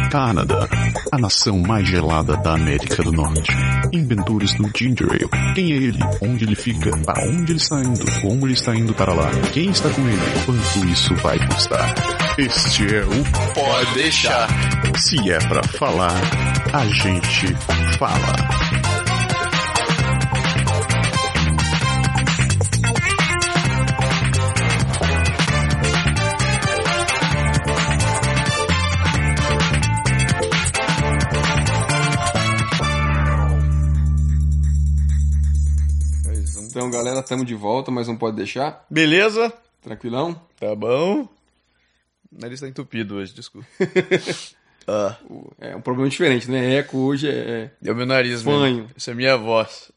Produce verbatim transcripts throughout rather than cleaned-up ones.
Canadá, a nação mais gelada da América do Norte. Inventores do Ginger Ale. Quem é ele? Onde ele fica? Para onde ele está indo? Como ele está indo para lá? Quem está com ele? Quanto isso vai custar? Este é o Pode Deixar. Se é pra falar, a gente fala. Então, galera, estamos de volta, mas não pode deixar. Beleza? Tranquilão? Tá bom. O nariz tá entupido hoje, desculpa. ah. É um problema diferente, né? Eco hoje é... É o meu nariz fanho. Mesmo. Essa é a minha voz.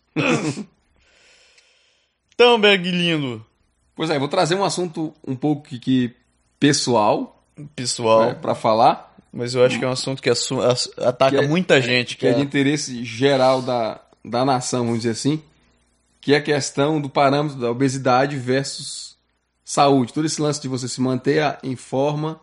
Então, Berg lindo. Pois é, vou trazer um assunto um pouco que, que pessoal. Pessoal. É, pra falar. Mas eu acho que é um assunto que assu- ass- ataca que é, muita gente. Que, que é de interesse geral da, da nação, vamos dizer assim. Que é a questão do parâmetro da obesidade versus saúde. Todo esse lance de você se manter em forma,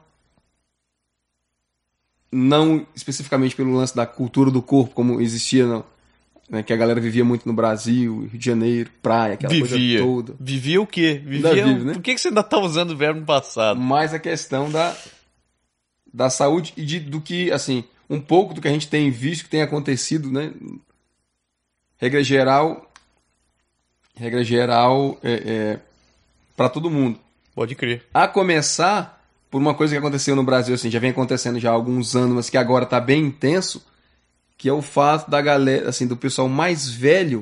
não especificamente pelo lance da cultura do corpo, como existia, não, né, que a galera vivia muito no Brasil, Rio de Janeiro, praia, aquela Vivia. coisa toda. Vivia o quê? Vivia... Ainda vive, né? Por que que você ainda tá usando o verbo no passado? Mas a questão da, da saúde e de, do que, assim, um pouco do que a gente tem visto, que tem acontecido, né? Regra geral... Regra geral é, é, para todo mundo. Pode crer. A começar por uma coisa que aconteceu no Brasil, assim, já vem acontecendo já há alguns anos, mas que agora está bem intenso, que é o fato da galera, assim, do pessoal mais velho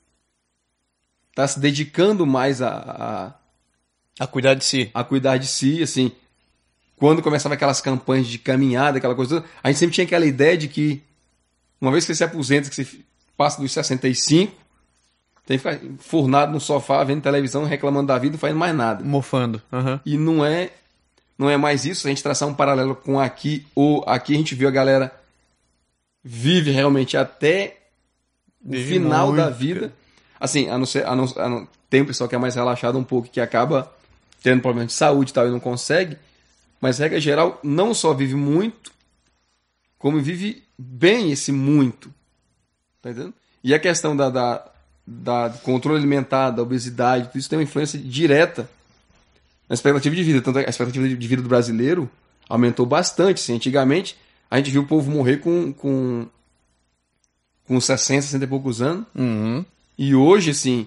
tá se dedicando mais a, a, A cuidar de si. a cuidar de si, assim. Quando começava aquelas campanhas de caminhada, aquela coisa toda, a gente sempre tinha aquela ideia de que uma vez que você se aposenta, que você passa dos sessenta e cinco, tem que ficar fornado no sofá, vendo televisão, reclamando da vida, não fazendo mais nada. Mofando. Uhum. E não é, não é mais isso. Se a gente traçar um paralelo com aqui, ou aqui a gente viu a galera vive realmente até o Vive final muito, da vida. cara. Assim, a não ser, a não, a não, tem um pessoal que é mais relaxado um pouco, que acaba tendo problema de saúde e tal, e não consegue. Mas, regra geral, não só vive muito, como vive bem esse muito. Tá entendendo? E a questão da... da da do controle alimentar, da obesidade, tudo isso tem uma influência direta na expectativa de vida. Tanto é que a expectativa de vida do brasileiro aumentou bastante. Assim. Antigamente, a gente viu o povo morrer com, com, com sessenta, sessenta e poucos anos. Uhum. E hoje, assim,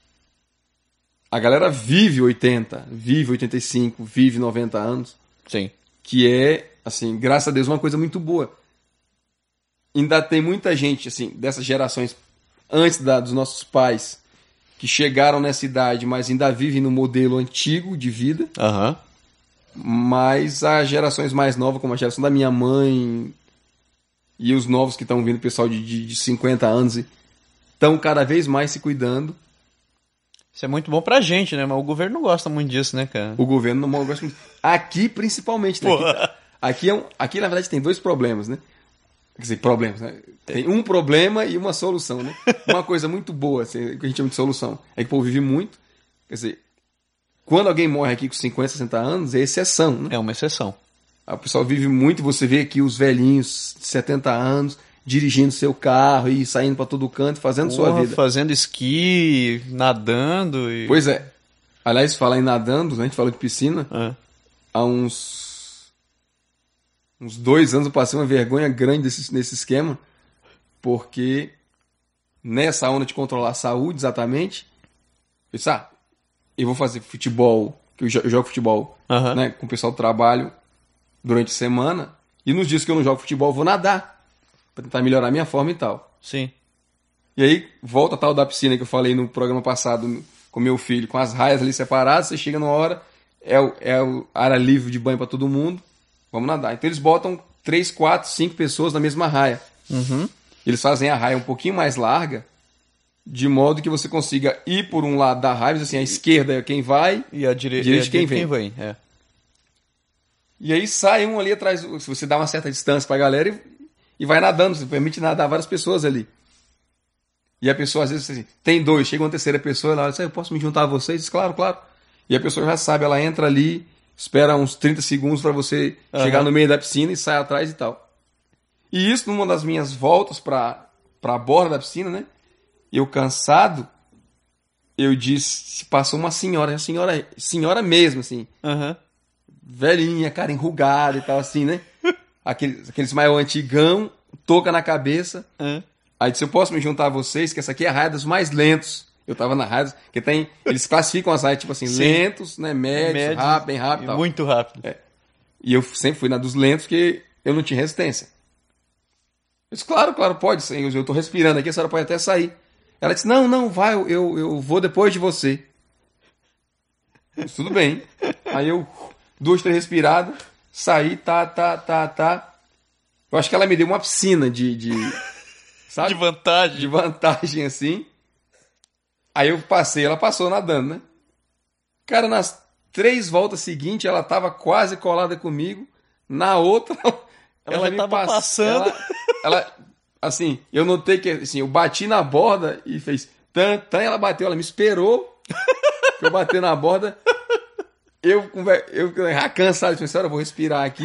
a galera vive oitenta, vive oitenta e cinco, vive noventa anos. Sim. Que é, assim, graças a Deus, uma coisa muito boa. Ainda tem muita gente, assim, dessas gerações antes da, dos nossos pais, que chegaram nessa idade, mas ainda vivem no modelo antigo de vida. Aham. Mas as gerações mais novas, como a geração da minha mãe e os novos que estão vindo, o pessoal de, de, de cinquenta anos, estão cada vez mais se cuidando. Isso é muito bom pra gente, né? Mas o governo não gosta muito disso, né, cara? O governo não gosta muito. Aqui, principalmente. Né? Aqui, aqui, é um, aqui, na verdade, tem dois problemas, né? Quer dizer, problemas, né? Tem um problema e uma solução, né? Uma coisa muito boa, assim, que a gente chama de solução, é que o povo vive muito. Quer dizer, quando alguém morre aqui com cinquenta, sessenta anos, é exceção, né? É uma exceção. O pessoal vive muito, você vê aqui os velhinhos de setenta anos dirigindo seu carro e saindo para todo canto, fazendo Porra, sua vida. Fazendo esqui, nadando e... Pois é. Aliás, falar em nadando, né? A gente falou de piscina. É. Há uns... Uns dois anos eu passei uma vergonha grande desse, nesse esquema, porque nessa onda de controlar a saúde, exatamente, eu disse, ah, eu vou fazer futebol, que eu jogo futebol, Uhum. né, com o pessoal do trabalho durante a semana, e nos dias que eu não jogo futebol eu vou nadar, para tentar melhorar a minha forma e tal. Sim. E aí, volta a tal da piscina que eu falei no programa passado com meu filho, com as raias ali separadas, você chega numa hora, é o, é o área livre de banho para todo mundo, vamos nadar. Então eles botam três, quatro, cinco pessoas na mesma raia. Uhum. Eles fazem a raia um pouquinho mais larga, de modo que você consiga ir por um lado da raia, assim, a esquerda é quem vai, E a dire... direita e a quem direita vem. É. E aí sai um ali atrás, se você dá uma certa distância pra galera e, e vai nadando, você permite nadar várias pessoas ali. E a pessoa às vezes assim, tem dois, chega uma terceira pessoa, ela diz, eu posso me juntar a vocês? Diz, claro, claro. E a pessoa já sabe, ela entra ali, espera uns trinta segundos para você Uhum. chegar no meio da piscina e sai atrás e tal. E isso numa das minhas voltas pra, pra borda da piscina, né? Eu cansado, eu disse, passou uma senhora, uma senhora, senhora mesmo, assim. Aham. Uhum. Velhinha, cara enrugada e tal, assim, né? Aquele, aqueles maior antigão, touca na cabeça. Uhum. Aí disse, eu posso me juntar a vocês, que essa aqui é a raia dos mais lentos. Eu tava na raia, que tem... Eles classificam as raias, tipo assim, Sim. lentos, né? Médios, Médios, rápido, bem rápido e tal. Muito rápido. É. E eu sempre fui na dos lentos, porque eu não tinha resistência. Eu disse, claro, claro, pode. Eu, eu tô respirando aqui, a senhora pode até sair. Ela disse, não, não, vai, eu, eu, eu vou depois de você. Eu disse, tudo bem. Aí eu, duas, três respiradas, saí, tá, tá, tá, tá. Eu acho que ela me deu uma piscina de... de sabe? De vantagem. De vantagem, assim. Aí eu passei, ela passou nadando, né? Cara, nas três voltas seguintes, ela tava quase colada comigo. Na outra, ela, ela já me tava pass... passando. Ela, ela, assim, eu notei que, assim, eu bati na borda e fez tan, tan, ela bateu, ela me esperou que eu bati na borda. Eu, eu, eu já cansado, eu falei, eu vou respirar aqui.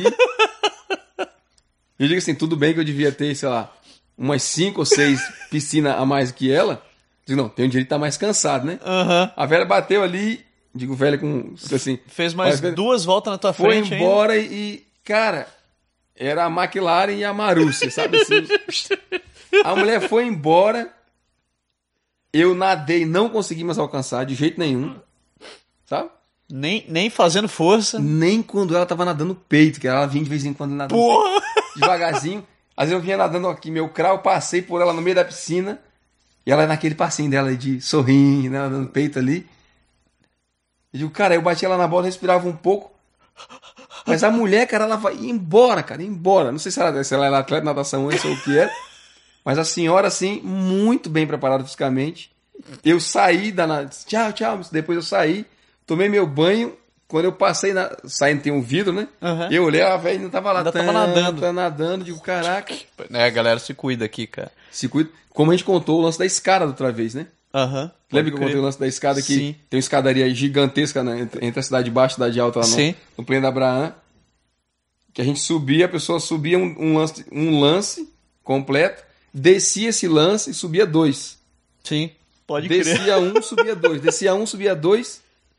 Eu digo assim, tudo bem que eu devia ter, sei lá, umas cinco ou seis piscinas a mais que ela. Digo, não, tem um direito de estar mais cansado, né? Uhum. A velha bateu ali, digo, velha com, assim... Fez mais velha, duas voltas na tua foi frente Foi embora e, e, cara, era a McLaren e a Marúcia, sabe assim? A mulher foi embora, eu nadei, não consegui mais alcançar de jeito nenhum, sabe? Nem, nem fazendo força. Nem quando ela tava nadando peito, que ela vinha de vez em quando nadando Porra! devagarzinho. Às vezes eu vinha nadando aqui, meu crau, passei por ela no meio da piscina, e ela naquele passinho dela de sorrindo, né, nadando peito ali. Eu digo, cara, eu bati ela na bola, respirava um pouco, mas a mulher, cara, ela vai embora, cara, embora. Não sei se ela, se ela era atleta de natação antes ou o que é, mas a senhora, assim, muito bem preparada fisicamente. Eu saí da... Tchau, tchau. Depois eu saí, tomei meu banho. Quando eu passei, na... saindo tem um vidro, né? Uhum. Eu olhei, a velha não tava lá. Ainda tava tava nadando. Tava nadando, digo, caraca. É, a galera se cuida aqui, cara. Se cuida. Como a gente contou o lance da escada da outra vez, né? Aham. Uhum. Lembra que eu contei o lance da escada que Sim. tem uma escadaria gigantesca, né, entre, entre a cidade de baixo e a cidade alta lá no, Sim. no Pleno da Abraão? Que a gente subia, a pessoa subia um, um, lance, um lance completo, descia esse lance e subia dois. Sim, pode descia crer. um, subia dois. Descia um, subia dois.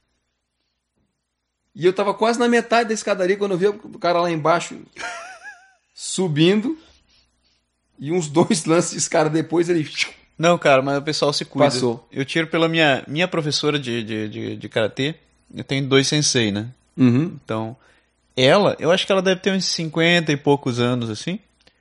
E eu tava quase na metade da escadaria quando eu vi o cara lá embaixo subindo. E uns dois lances de escada depois ele... Não, cara, mas o pessoal se cuida. Passou. Eu tiro pela minha, minha professora de, de, de, de karatê. Eu tenho dois sensei, né? Uhum. Então, ela, eu acho que ela deve ter uns cinquenta e poucos anos, assim.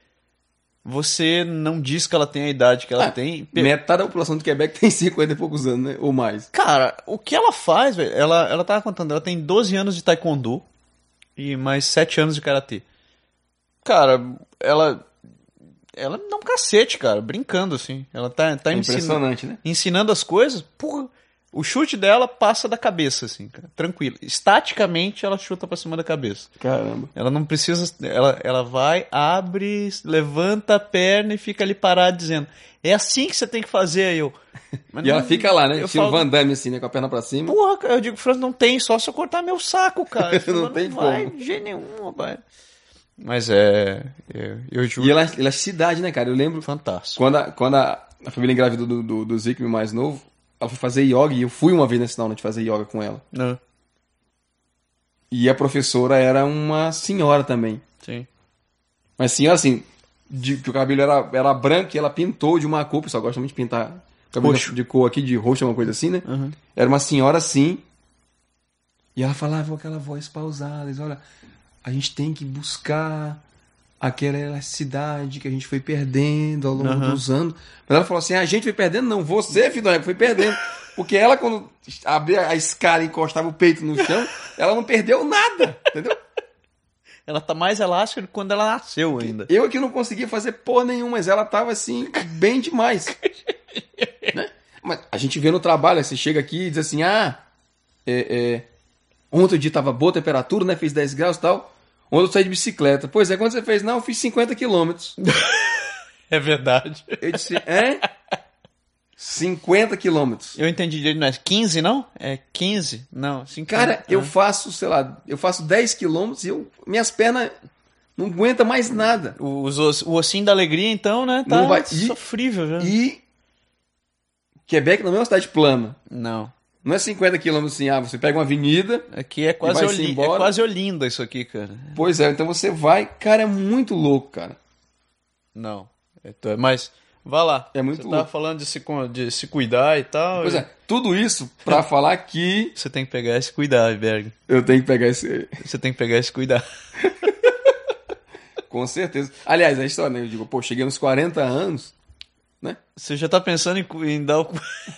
Você não diz que ela tem a idade que ela ah, tem. Metade da população do Quebec tem cinquenta e poucos anos, né? Ou mais. Cara, o que ela faz, velho? Ela, ela tava contando, ela tem doze anos de taekwondo e mais sete anos de karatê. Cara, ela... Ela dá um cacete, cara, brincando, assim. Ela tá, tá é ensina... impressionante, né? ensinando as coisas, porra, o chute dela passa da cabeça, assim, cara, tranquilo. Estaticamente, ela chuta pra cima da cabeça. Caramba. Ela não precisa... Ela, ela vai, abre, levanta a perna e fica ali parada dizendo, é assim que você tem que fazer, aí eu... Mas e não, ela fica lá, né? Eu Estilo falo, Van Damme, assim, né? Com a perna pra cima. porra, eu digo, Franz, não tem, só se eu cortar meu saco, cara. Não não tem vai como. de jeito nenhum, rapaz. Mas é... Eu, eu juro... E ela, elasticidade, né, cara? Eu lembro... Fantástico. Quando a, quando a, a família engravidou do, do, do Zico, mais novo, ela foi fazer yoga e eu fui uma vez nessa aula de fazer yoga com ela. Não. E a professora era uma senhora também. Sim. Mas senhora, assim, de, que o cabelo era, era branco e ela pintou de uma cor, o pessoal gosta muito de pintar cabelo Roxo. de cor aqui, de roxo, uma coisa assim, né? Uhum. Era uma senhora assim. E ela falava com aquela voz pausada, diz, olha, a gente tem que buscar aquela elasticidade que a gente foi perdendo ao longo Uhum. dos anos. Mas ela falou assim, a gente foi perdendo? Não, você, filho, foi perdendo. Porque ela, quando abria a escada e encostava o peito no chão, ela não perdeu nada, entendeu? Ela tá mais elástica do que quando ela nasceu ainda. Eu aqui não conseguia fazer porra nenhuma, mas ela tava assim, bem demais. Né? Mas a gente vê no trabalho, você chega aqui e diz assim, ah, é, é, ontem o dia tava boa temperatura, né? Fez dez graus e tal. Ontem eu saí de bicicleta. Pois é, quando você fez? Não, eu fiz cinquenta quilômetros. É verdade. Eu disse, é? cinquenta quilômetros. Eu entendi direito, não é quinze, não? É quinze? Não, cinquenta. Cara, eu Ah. faço, sei lá, eu faço dez quilômetros e eu, minhas pernas Não aguenta mais nada. O, os oss- o ossinho da alegria, então, né? Tá Não vai- e- sofrível já. E Quebec não é uma cidade plana. Não. Não é cinquenta quilômetros assim, ah, você pega uma avenida. Aqui é quase, vai-se Oli- é embora. quase Olinda isso aqui, cara. Pois é, então você vai. Cara, é muito louco, cara. Não. Então, mas, vá lá. É muito Você tava louco. falando de se, cu- de se cuidar e tal. Pois e é, tudo isso pra falar que Você tem que pegar esse cuidar, Berg. eu tenho que pegar esse. Você tem que pegar esse cuidar. Com certeza. Aliás, a história, né? Eu digo, pô, cheguei nos quarenta anos, né? Você já tá pensando em, cu- em dar o... cu-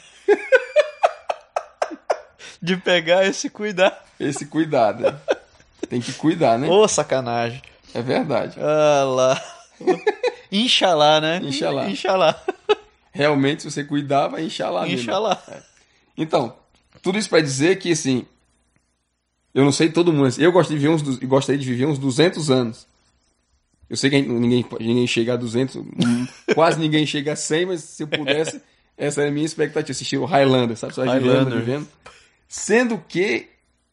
de pegar esse cuidar. Esse cuidado. Né? Tem que cuidar, né? Ô, sacanagem. É verdade. Ah lá. Inxalá, né? Inxalá. Inxalá. Realmente, se você cuidar, vai inchar lá mesmo. Inxalá. Então, tudo isso pra dizer que, assim, eu não sei todo mundo. Eu gosto de viver uns, du- gostaria de viver uns duzentos anos. Eu sei que ninguém, ninguém chega a duzentos, hum, quase ninguém chega a cem, mas se eu pudesse, essa era a minha expectativa. Assistir o Highlander, sabe? Só vivendo, Highlander. vivendo. Sendo que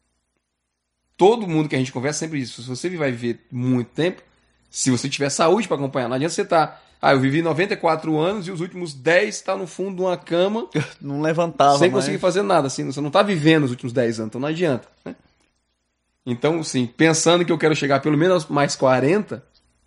todo mundo que a gente conversa sempre diz, se você vai viver muito tempo, se você tiver saúde pra acompanhar, não adianta você estar, ah, eu vivi noventa e quatro anos e os últimos dez tá no fundo de uma cama Não levantava sem mais. conseguir fazer nada, assim, você não tá vivendo os últimos dez anos, então não adianta, né? Então, assim, pensando que eu quero chegar pelo menos aos mais quarenta,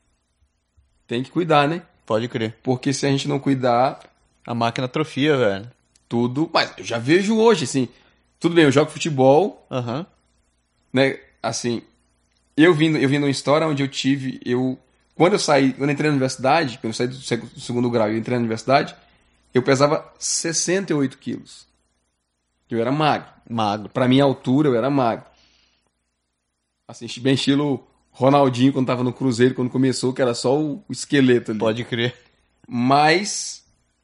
tem que cuidar, né? Pode crer. Porque se a gente não cuidar, A máquina atrofia, velho. tudo... Mas eu já vejo hoje, assim, tudo bem, eu jogo futebol, Aham. né, assim, eu vim, eu vim numa história onde eu tive, eu... Quando eu saí, quando eu entrei na universidade, quando eu saí do seg- do segundo grau e eu entrei na universidade, eu pesava sessenta e oito quilos. Eu era magro. Magro. Pra minha altura, eu era magro. Assim, bem estilo Ronaldinho quando tava no Cruzeiro, quando começou, que era só o o esqueleto ali. Pode crer. Mas...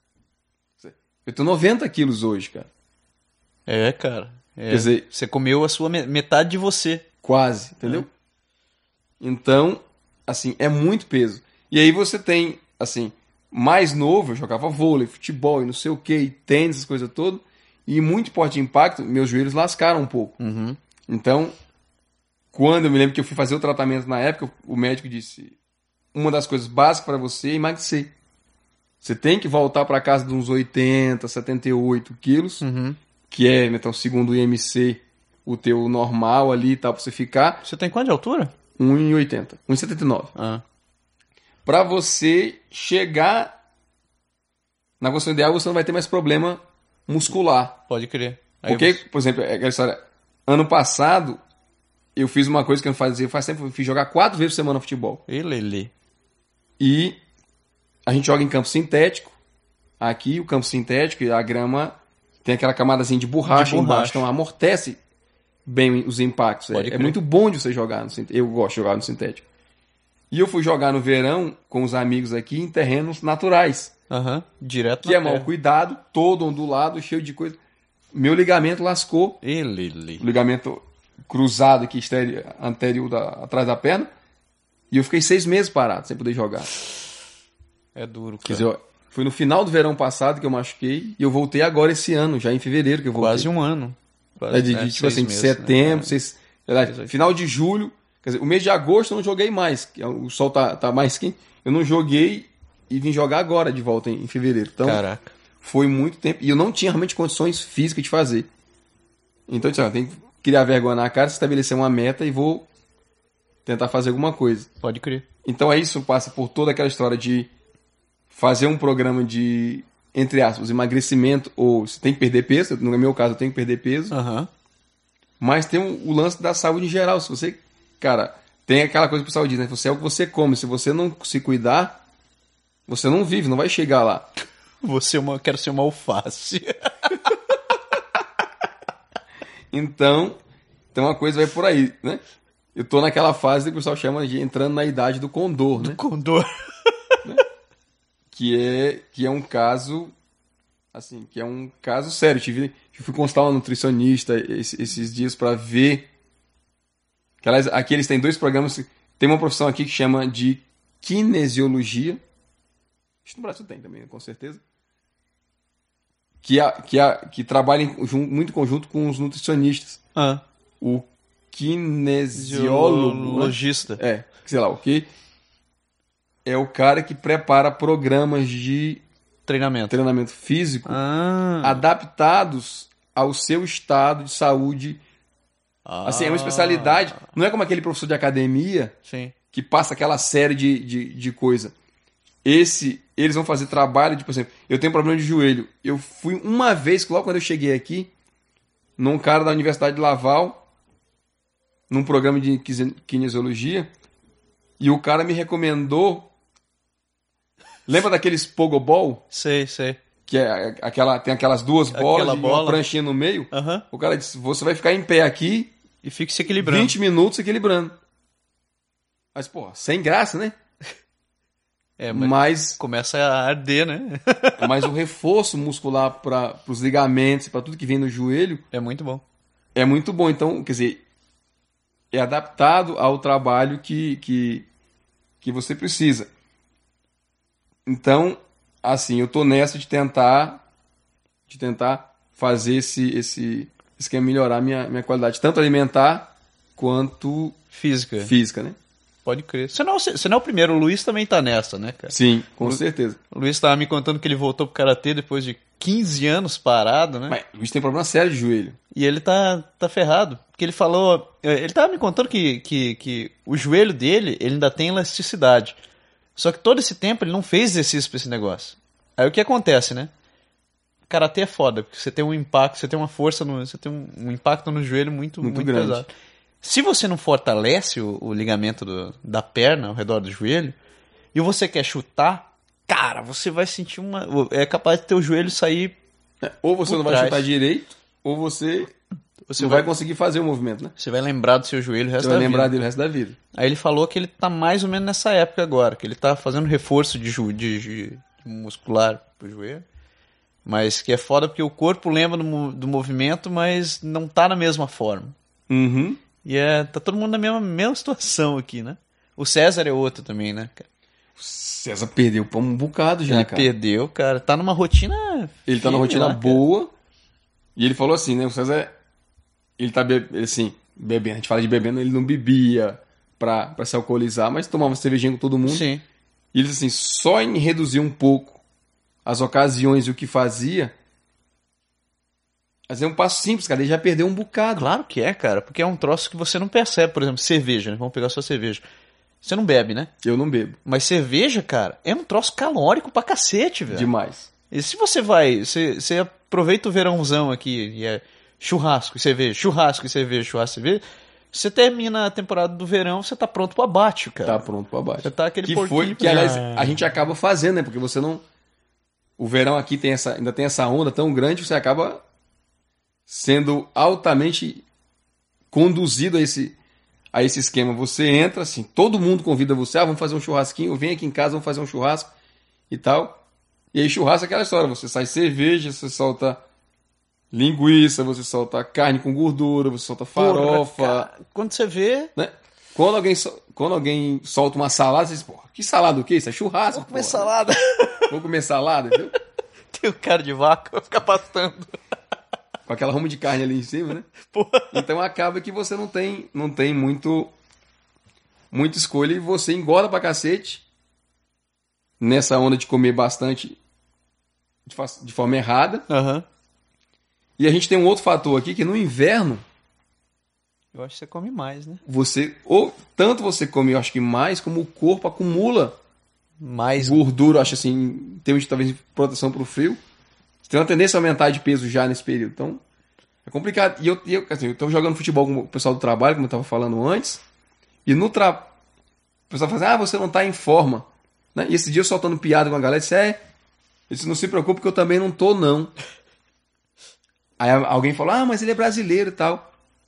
Eu tô noventa quilos hoje, cara. É, cara. É. Quer dizer- Você comeu a sua me- metade de você. Quase, entendeu? Então, assim, é muito peso. E aí você tem, assim, mais novo, eu jogava vôlei, futebol e não sei o que, tênis, essas coisas todas. E muito esporte de impacto, meus joelhos lascaram um pouco. Uhum. Então, quando eu me lembro que eu fui fazer o tratamento na época, o médico disse: uma das coisas básicas para você é emagrecer. Você tem que voltar para casa de uns oitenta, setenta e oito quilos, Uhum. que é, então, segundo o I M C, o teu normal ali e tal, para você ficar Você tem quanto de altura? um e oitenta, um e setenta e nove. Ah. Para você chegar na condição ideal, você não vai ter mais problema muscular. Pode crer. Aí Porque, você- por exemplo, é aquela história, ano passado, eu fiz uma coisa que eu não fazia faz tempo, eu fiz jogar quatro vezes por semana futebol. Ê, Lelê. E a gente joga em campo sintético. Aqui, o campo sintético, a grama tem aquela camadazinha de borracha, De borracha. embaixo, então amortece bem os impactos. É, Pode é crer. muito bom de você jogar no sintético. Eu gosto de jogar no sintético. E eu fui jogar no verão com os amigos aqui em terrenos naturais, Aham. Direto que na é mal terra. cuidado, todo ondulado, cheio de coisa. Meu ligamento lascou, Ê, Lelê. o ligamento cruzado aqui, exterior, anterior da, atrás da perna, e eu fiquei seis meses parado, sem poder jogar. É duro, cara. Quer dizer, ó, foi no final do verão passado que eu machuquei, e eu voltei agora esse ano, já em fevereiro que eu voltei. Quase um ano. Quase, É de, de, é, tipo seis assim, de meses, setembro, né? seis- sei lá, final de julho, quer dizer, o mês de agosto eu não joguei mais, que o sol tá, tá mais quente, eu não joguei e vim jogar agora de volta em, em fevereiro. Então, Caraca. foi muito tempo, e eu não tinha realmente condições físicas de fazer. Então, eu disse, ó, tem que criar vergonha na cara, estabelecer uma meta e vou tentar fazer alguma coisa. Pode crer. Então é isso, passa por toda aquela história de fazer um programa de, entre aspas, emagrecimento, ou você tem que perder peso, no meu caso eu tenho que perder peso, Aham. mas tem o, o lance da saúde em geral. Se você, cara, tem aquela coisa que o pessoal diz, né? Você é o que você come, se você não se cuidar, você não vive, não vai chegar lá. Você é uma... Quero ser uma alface. Então, então a coisa vai por aí, né? Eu tô naquela fase que o pessoal chama de entrando na idade do condor, né? Condor. Que é, que é um caso, assim, que é um caso sério. Eu tive, eu fui consultar uma nutricionista esses, esses dias para ver. Que, aliás, aqui eles têm dois programas. Tem uma profissão aqui que chama de kinesiologia. Acho que no Brasil tem também, com certeza. Que, a, que, a, que trabalha em, jun- muito em conjunto com os nutricionistas. Ah. O kinesiólogo. Logista. É, sei lá o que. É o cara que prepara programas de Treinamento. treinamento físico Ah. adaptados ao seu estado de saúde. Ah. Assim, é uma especialidade. Não é como aquele professor de academia Sim. que passa aquela série de, de, de coisa. Esse, eles vão fazer trabalho de, por exemplo, eu tenho problema de joelho. Eu fui uma vez, logo quando eu cheguei aqui, num cara da Universidade de Laval, num programa de kinesiologia, e o cara me recomendou. Lembra daqueles pogobol? Sei, sei. Que é aquela, tem aquelas duas bolas Aquela e bola. uma pranchinha no meio. Aham. O cara disse, você vai ficar em pé aqui E fique se equilibrando. vinte minutos equilibrando. Mas, pô, sem graça, né? É, mas Mas, começa a arder, né? mas o reforço muscular para os ligamentos, para tudo que vem no joelho, É muito bom. é muito bom. Então, quer dizer, é adaptado ao trabalho que, que, que você precisa. Então, assim, eu tô nessa de tentar de tentar fazer esse, esse esquema melhorar minha, minha qualidade, tanto alimentar quanto Física. física, né? Pode crer. Você não, você não é o primeiro, o Luiz também tá nessa, né, cara? Sim, com certeza. O Luiz tava me contando que ele voltou pro Karatê depois de quinze anos parado, né? Mas o Luiz tem problema sério de joelho. E ele tá, tá ferrado. Porque ele falou... Ele tava me contando que, que, que o joelho dele, ele ainda tem elasticidade. Só que todo esse tempo ele não fez exercício pra esse negócio. Aí o que acontece, né? Karatê é foda, porque você tem um impacto, você tem uma força, no, você tem um, um impacto no joelho muito, Muito muito, grande. pesado. Se você não fortalece o, o ligamento do- da perna ao redor do joelho, e você quer chutar, cara, você vai sentir uma... É capaz de teu joelho sair... É, ou você Por não vai trás. chutar direito, ou você, Você não vai, vai conseguir fazer o movimento, né? você vai lembrar do seu joelho o resto Você vai da lembrar vida. dele o resto da vida. Aí ele falou que ele tá mais ou menos nessa época agora, que ele tá fazendo reforço de, ju- de, de- de muscular pro joelho. Mas que é foda porque o corpo lembra do, mo- do movimento, mas não tá na mesma forma. Uhum. E é, tá todo mundo na mesma, mesma situação aqui, né? O César é outro também, né, cara? O César perdeu pra um bocado já, Ele cara. perdeu, cara. Tá numa rotina. Ele tá numa firme rotina lá, cara. boa. E ele falou assim, né? O César, ele tá be- assim, bebendo. A gente fala de bebendo, ele não bebia pra, pra se alcoolizar, mas tomava uma cervejinha com todo mundo. Sim. E ele disse assim, só em reduzir um pouco as ocasiões e o que fazia, mas é um passo simples, cara. Ele já perdeu um bocado. Claro que é, cara. Porque é um troço que você não percebe. Por exemplo, cerveja, né? Vamos pegar só cerveja. Você não bebe, né? Eu não bebo. Mas cerveja, cara, é um troço calórico pra cacete, velho. Demais. E se você vai, você, você aproveita o verãozão aqui, e é churrasco e cerveja, churrasco e cerveja, churrasco e cerveja, você termina a temporada do verão, você tá pronto pro abate, cara. Tá pronto pra baixo. Você tá aquele que porquinho foi, pra- que aliás, a gente acaba fazendo, né? Porque você não... O verão aqui tem essa, ainda tem essa onda tão grande que você acaba sendo altamente conduzido a esse, a esse esquema. Você entra, assim, todo mundo convida você, ah, vamos fazer um churrasquinho, vem aqui em casa, vamos fazer um churrasco e tal. E aí churrasco é aquela história, você sai cerveja, você solta linguiça, você solta carne com gordura, você solta farofa, Porra, cara, quando você vê, né? Quando alguém, sol- quando alguém solta uma salada, você diz, porra, que salada o quê? Isso é churrasco, vou comer porra. salada. Vou comer salada, entendeu? Tem o cara de vaca, vai ficar pastando. Com aquela ruma de carne ali em cima, né? Porra. Então acaba que você não tem, não tem muito, muita escolha e você engorda pra cacete nessa onda de comer bastante de, fa- de forma errada. Aham. E a gente tem um outro fator aqui que no inverno Eu acho que você come mais, né? você, ou tanto você come, eu acho que mais, como o corpo acumula Mais. gordura, acho assim, em termos de talvez proteção pro frio. Você tem uma tendência a aumentar de peso já nesse período. Então, é complicado. E eu, e eu, assim, eu tô jogando futebol com o pessoal do trabalho, como eu tava falando antes, e no trabalho, o pessoal fala assim, ah, você não tá em forma. Né? E esse dia eu soltando piada com a galera, disse, é, eu disse, não se preocupe que eu também não tô, não. Aí alguém falou, ah, mas ele é brasileiro e tal.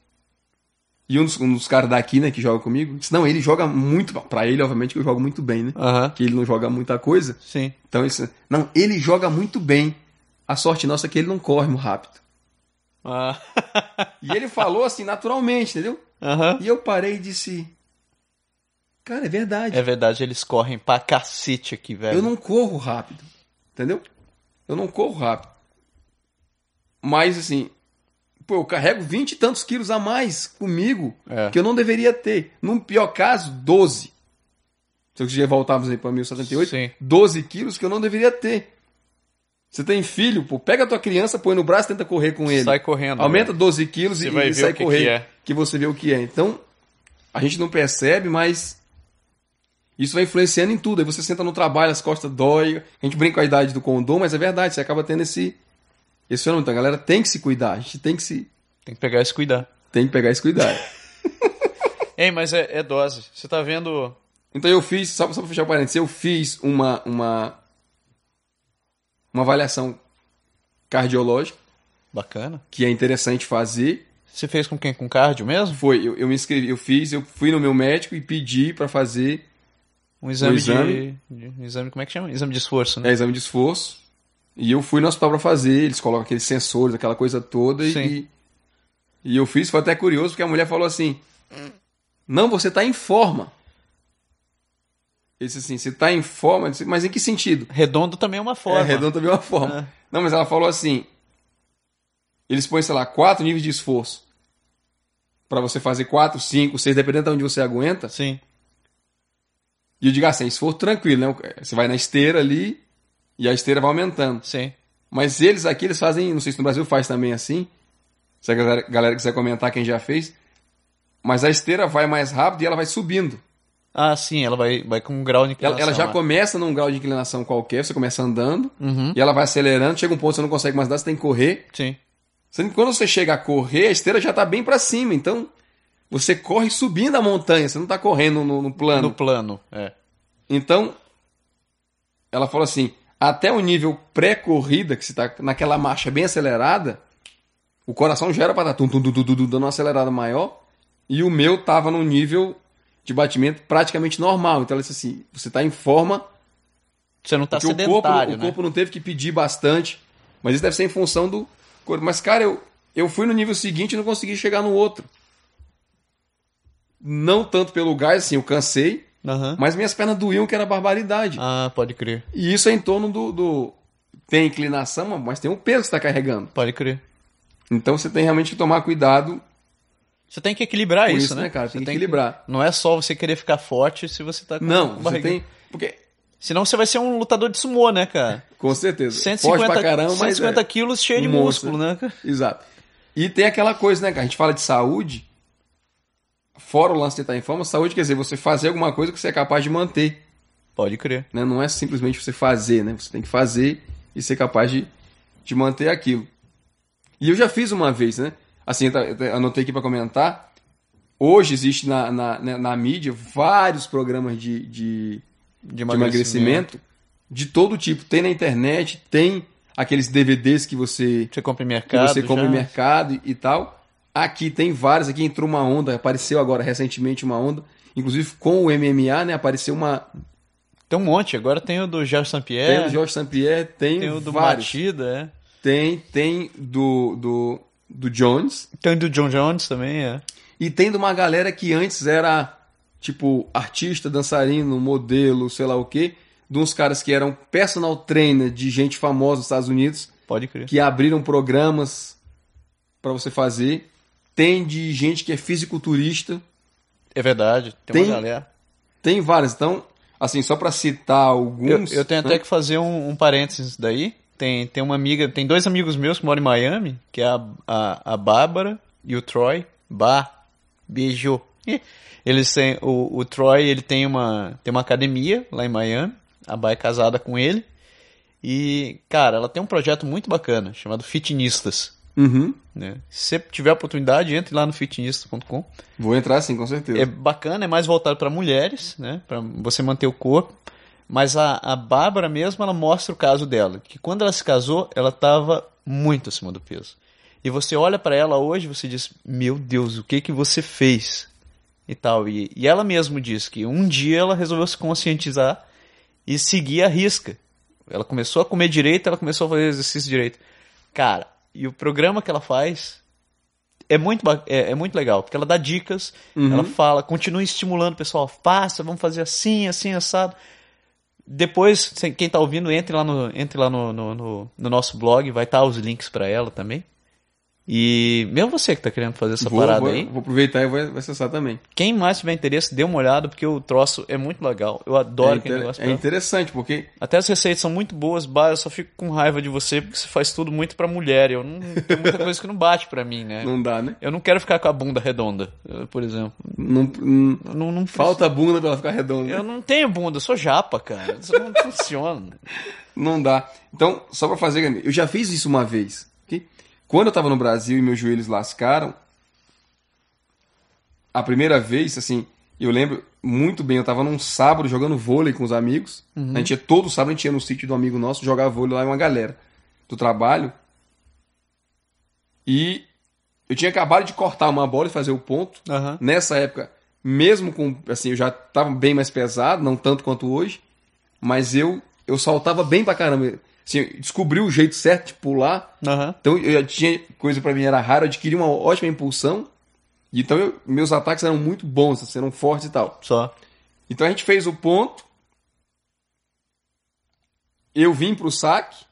E um dos, um dos caras daqui, né, que joga comigo, disse, não, ele joga muito, pra ele, obviamente, que eu jogo muito bem, né? Aham. Que ele não joga muita coisa. Sim. Então, isso, não, ele joga muito bem. A sorte nossa é que ele não corre muito rápido. Ah. E ele falou assim, naturalmente, entendeu? Aham. E eu parei e disse, cara, é verdade. É verdade, eles correm pra cacete aqui, velho. Eu não corro rápido, entendeu? Eu não corro rápido. Mas, assim, pô, eu carrego vinte e tantos quilos a mais comigo É. que eu não deveria ter. Num pior caso, doze. Se eu já voltávamos para mil e setenta e oito, Sim. doze quilos que eu não deveria ter. Você tem filho, pô, pega a tua criança, põe no braço e tenta correr com ele. Sai correndo. Aumenta né? doze quilos Você e, vai e ver sai o que correr. que é. Que você vê o que é. Então, a gente não percebe, mas isso vai influenciando em tudo. Aí você senta no trabalho, as costas dói. A gente brinca com a idade do condom, mas é verdade, você acaba tendo esse, esse fenômeno. Então, a galera tem que se cuidar. A gente tem que se... Tem que pegar e se cuidar. Tem que pegar esse cuidado. Ei, mas é, é dose. Você tá vendo... Então eu fiz, só, só para fechar o parênteses, eu fiz uma, uma, uma avaliação cardiológica, Bacana. que é interessante fazer. Você fez com quem? Com cardio mesmo? Foi, eu, eu me inscrevi, eu fiz, eu fui no meu médico e pedi para fazer Um exame, Um exame. De, de... um exame, como é que chama? Exame de esforço, né? é, exame de esforço. E eu fui no hospital para fazer, eles colocam aqueles sensores, aquela coisa toda. Sim. E, e eu fiz, foi até curioso, porque a mulher falou assim, não, você tá em forma. Eu disse assim, você tá em forma? Eu disse, mas em que sentido? Redondo também é uma forma. É, redondo também é uma forma. É. Não, mas ela falou assim, eles põem, sei lá, quatro níveis de esforço para você fazer quatro, cinco, seis, dependendo de onde você aguenta. Sim. E eu digo assim, esforço tranquilo, né? Você vai na esteira ali e a esteira vai aumentando. Sim. Mas eles aqui, eles fazem, não sei se no Brasil faz também assim, se a galera, galera quiser comentar quem já fez, mas a esteira vai mais rápido e ela vai subindo. Ah, sim, ela vai, vai com um grau de Ela, inclinação. ela já lá. começa num grau de inclinação qualquer, você começa andando, Uhum. e ela vai acelerando, chega um ponto que você não consegue mais dar, você tem que correr. Sim. Sendo que quando você chega a correr, a esteira já está bem para cima, então você corre subindo a montanha, você não está correndo no, no plano. No plano, é. Então, ela falou assim, até o nível pré-corrida, que você está naquela marcha bem acelerada, o coração já era para estar tum, tum, tum, tum, tum, dando uma acelerada maior, e o meu estava num nível de batimento praticamente normal. Então ela disse assim, você está em forma, Você não tá porque o sedentário, corpo, né? o corpo não teve que pedir bastante, mas isso deve ser em função do corpo. Mas, cara, eu, eu fui no nível seguinte e não consegui chegar no outro. Não tanto pelo gás, assim, eu cansei, Aham. mas minhas pernas doíam, que era barbaridade. Ah, pode crer. E isso é em torno do, do... Tem inclinação, mas tem um peso que você está carregando. Pode crer. Então você tem realmente que tomar cuidado Você tem que equilibrar com isso, isso, né? né, cara? Você Tem que equilibrar. Não é só você querer ficar forte se você tá com Não, com você barriga. tem... Porque, Senão você vai ser um lutador de sumô, né, cara? com certeza, cento e forte cinquenta, pra caramba, cento e mas cinquenta é quilos cheio de um monstro, músculo, né, cara? Exato. E tem aquela coisa, né, cara? A gente fala de saúde, fora o lance de estar em forma, saúde quer dizer você fazer alguma coisa que você é capaz de manter, Pode crer. né? Não é simplesmente você fazer, né? Você tem que fazer e ser capaz de, de manter aquilo. E eu já fiz uma vez, né? Assim, eu anotei aqui para comentar. Hoje existe na, na, na, na mídia vários programas de, de, De de emagrecimento de todo tipo. Tem na internet, tem aqueles D V Ds que você, Você compra em que mercado. você compra já. em mercado e, e tal. Aqui tem vários, aqui entrou uma onda, apareceu agora recentemente uma onda, inclusive com o M M A, né? Apareceu uma. Tem um monte. Agora tem o do Georges St-Pierre. Tem o Jorge Saint-Pierre, tem, Tem o do vários. Matida, é. Tem, tem do, do, do Jones. Tem o do John Jones também, é. E tem de uma galera que antes era, tipo, artista, dançarino, modelo, sei lá o quê. De uns caras que eram personal trainer de gente famosa nos Estados Unidos, Pode crer. que abriram programas para você fazer. Tem de gente que é fisiculturista. É verdade. Tem, Tem- uma galera. Tem várias. Então, assim, só para citar Eu, alguns... eu tenho né? até que fazer um, um parênteses daí. Tem, tem uma amiga, tem dois amigos meus que moram em Miami, que é a, a, a Bárbara e o Troy. Bah, beijo. Eles têm, o, o Troy, ele tem uma, tem uma academia lá em Miami. A Bá é casada com ele. E, cara, ela tem um projeto muito bacana, chamado Fitnistas. Uhum. Né? Se você tiver a oportunidade, entre lá no fitnistas ponto com. Vou entrar sim, com certeza. É bacana, é mais voltado para mulheres, né? Para você manter o corpo. Mas a, a Bárbara mesmo, ela mostra o caso dela. Que quando ela se casou, ela estava muito acima do peso. E você olha para ela hoje, você diz, meu Deus, o que que você fez? E tal. E, e ela mesma diz que um dia ela resolveu se conscientizar e seguir a risca. Ela começou a comer direito, ela começou a fazer exercício direito. Cara, e o programa que ela faz é muito, ba- é, é muito legal, porque ela dá dicas, Uhum. ela fala, continua estimulando o pessoal, faça, vamos fazer assim, assim, assado. Depois, se- quem tá ouvindo, entre lá no, entre lá no, no, no- no nosso blog, vai estar os links para ela também. E mesmo você que tá querendo fazer essa Vou, parada vou, aí, vou aproveitar e vou, vou acessar também. quem mais tiver interesse, dê uma olhada, porque o troço é muito legal. Eu adoro É, aquele inter- negócio. é interessante, porque Até as receitas são muito boas, bah, eu só fico com raiva de você, porque você faz tudo muito pra mulher. Eu não tem muita coisa que não bate pra mim, né? não dá, né? Eu não quero ficar com a bunda redonda, eu, por exemplo. Não, não- Eu não, não falta bunda pra ela ficar redonda. Eu não tenho bunda, eu sou japa, cara. Isso não funciona. Não dá. Então, só pra fazer, eu já fiz isso uma vez. Ok? Quando eu tava no Brasil e meus joelhos lascaram, a primeira vez, assim, eu lembro muito bem, eu tava num sábado jogando vôlei com os amigos. A gente ia todo sábado, a gente ia no sítio do amigo nosso jogar vôlei lá em uma galera do trabalho. E eu tinha acabado de cortar uma bola e fazer o ponto. Aham. Nessa época, mesmo com, assim, eu já tava bem mais pesado, não tanto quanto hoje, mas eu eu saltava bem pra caramba. Assim, eu descobri o jeito certo de pular. Aham. Então eu já tinha coisa pra mim era rara, eu adquiri uma ótima impulsão. E então eu- meus ataques eram muito bons, assim, eram fortes e tal. Só. Então a gente fez o ponto. Eu vim pro saque.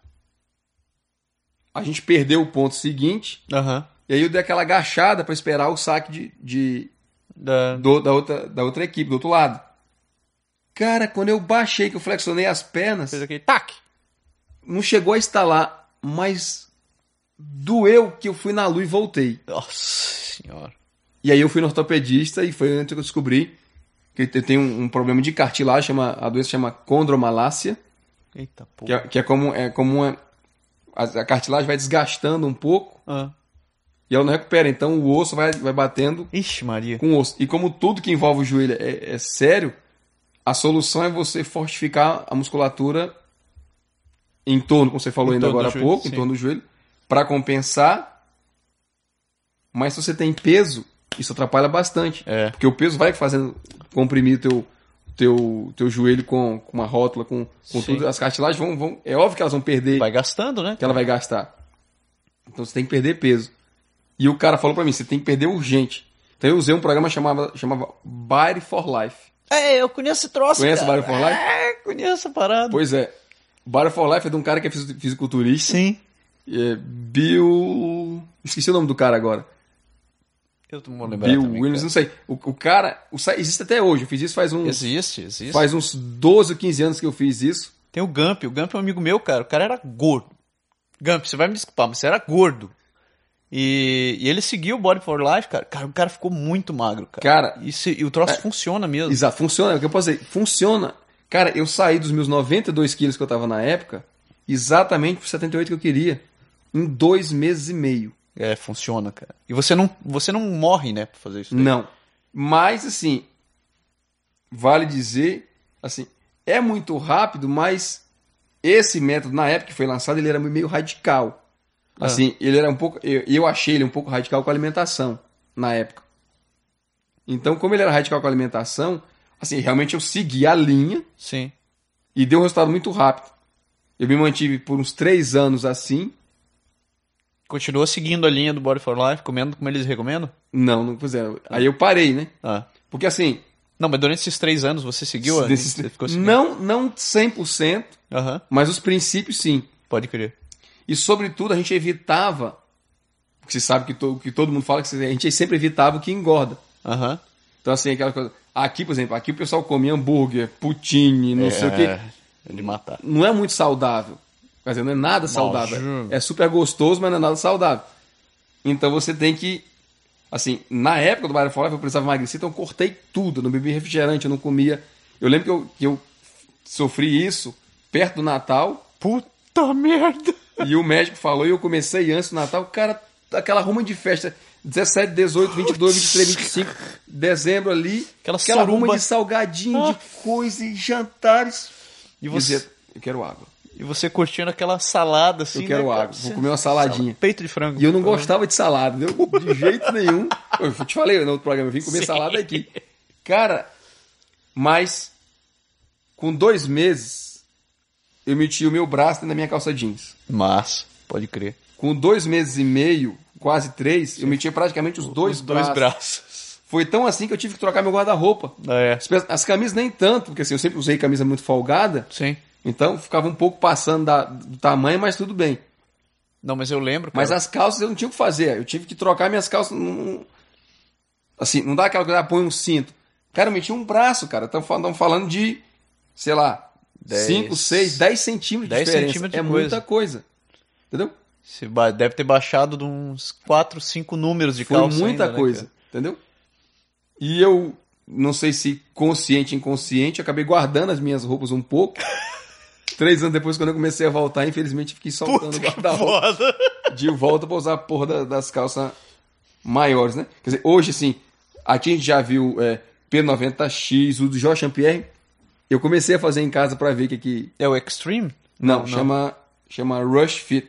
A gente perdeu o ponto seguinte. Aham. E aí eu dei aquela agachada pra esperar o saque de, de, Da... do- da, outra, da outra equipe, do outro lado. Cara, quando eu baixei, que eu flexionei as pernas, Fez aquele tac. não chegou a estalar, mas doeu que eu fui na lua e voltei. Nossa senhora. E aí eu fui no ortopedista e foi onde eu descobri que eu tenho um, um problema de cartilagem, chama, a doença chama condromalácia, Eita porra. que é, que é como, é como uma, a, a cartilagem vai desgastando um pouco Ah. e ela não recupera, então o osso vai, vai batendo Ixi, Maria. com o osso. E como tudo que envolve o joelho é, é sério, a solução é você fortificar a musculatura em torno, como você falou Em ainda torno agora do há joelho, pouco, sim. em torno do joelho, para compensar. Mas se você tem peso, isso atrapalha bastante. É. Porque o peso vai fazendo comprimir teu teu teu joelho com, com uma rótula, com, com Sim. tudo. As cartilagens vão, vão. É óbvio que elas vão perder, Vai gastando, né? que ela vai gastar. Então você tem que perder peso. E o cara falou pra mim, você tem que perder urgente. Então eu usei um programa chamava chamava Body for Life. É, eu conheço esse troço, Conhece o cara. Body for Life? É, conheço a parada. Pois é. Body for Life é de um cara que é fisi- fisiculturista. Sim. É Bill. Esqueci o nome do cara agora. Eu não vou lembrar Bill também, Williams, cara. não sei. O, o cara. O, sa- existe até hoje. Eu fiz isso faz uns. Existe, existe. Faz uns doze ou quinze anos que eu fiz isso. Tem o Gump. O Gump é um amigo meu, cara. O cara era gordo. Gump, você vai me desculpar, mas você era gordo. E, e ele seguiu o Body for Life, cara. Cara, o cara ficou muito magro, cara. Cara, E, se- e o troço funciona mesmo. Exato, funciona. É o que eu posso dizer. Funciona. Cara, eu saí dos meus noventa e dois quilos que eu tava na época, exatamente por setenta e oito que eu queria, em dois meses e meio. É, funciona, cara. E você não, você não morre, né, pra fazer isso daí. Não. Mas, assim, vale dizer, assim, é muito rápido, mas esse método, na época que foi lançado, ele era meio radical. Ah. Assim, ele era um pouco. Eu, eu achei ele um pouco radical com a alimentação, na época. Então, como ele era radical com a alimentação, assim, realmente eu segui a linha Sim. e deu um resultado muito rápido. Eu me mantive por uns três anos assim. Continua seguindo a linha do Body for Life, comendo como eles recomendam? Não, não fiz. Aí eu parei, né? Ah. Porque assim. Não, mas durante esses três anos você seguiu? a- desses- Você ficou seguindo? não, não cem por cento, Aham, mas os princípios sim. pode crer. E sobretudo a gente evitava. Porque você sabe que, to, que todo mundo fala que a gente sempre evitava o que engorda. Aham. Então, assim, aquela coisa. Aqui, por exemplo, aqui o pessoal comia hambúrguer, poutine, não sei o quê. É de matar. Não é muito saudável. Quer dizer, não é nada saudável. Imagina. É super gostoso, mas não é nada saudável. Então você tem que. Assim, na época do Body for Life eu precisava emagrecer, então eu cortei tudo. Eu não bebi refrigerante, eu não comia. Eu lembro que eu, que eu sofri isso perto do Natal. Puta merda! E o médico falou, e eu comecei antes do Natal, cara, aquela ruma de festa, dezessete, dezoito, vinte e dois, vinte e três, vinte e cinco, dezembro ali, Aquela aquela ruma suruba. de salgadinho, Ah. de coisa e jantares. E E você, dizia, eu quero água, e você curtindo aquela salada assim, eu quero né, cara? água, vou comer uma saladinha. Peito de frango. E eu não gostava de salada, entendeu? De jeito nenhum. Eu te falei no outro programa, eu vim comer Sim. salada aqui. Cara, mas com dois meses, eu meti o meu braço dentro da minha calça jeans. Mas, pode crer. Com dois meses e meio, quase três, eu metia praticamente os dois, Os dois braços. braços. Foi tão assim que eu tive que trocar meu guarda-roupa. É. As, pe- as camisas nem tanto, porque assim, eu sempre usei camisa muito folgada, Sim. então ficava um pouco passando da- do tamanho, mas tudo bem. Não, mas eu lembro, cara. Mas as calças eu não tinha o que fazer. Eu tive que trocar minhas calças. Num... Assim, não dá aquela coisa, ah, põe um cinto. Cara, eu meti um braço, cara. Estamos falando de, sei lá, cinco, seis, dez centímetros de dez diferença. centímetros de é coisa. muita coisa. Entendeu? Você ba- deve ter baixado de uns quatro, cinco números de Foi calça muita ainda, né, coisa. cara? Entendeu? E eu, não sei se consciente ou inconsciente, eu acabei guardando as minhas roupas um pouco. Três anos depois, quando eu comecei a voltar, infelizmente fiquei soltando o guarda-roupa Foda. de volta pra usar a porra da- das calças maiores, né? Quer dizer, hoje, assim, aqui a gente já viu é, P noventa X, o do Jorge Ampierre. Eu comecei a fazer em casa pra ver o que que... É o Extreme? Não, chama, chama Rush Fit.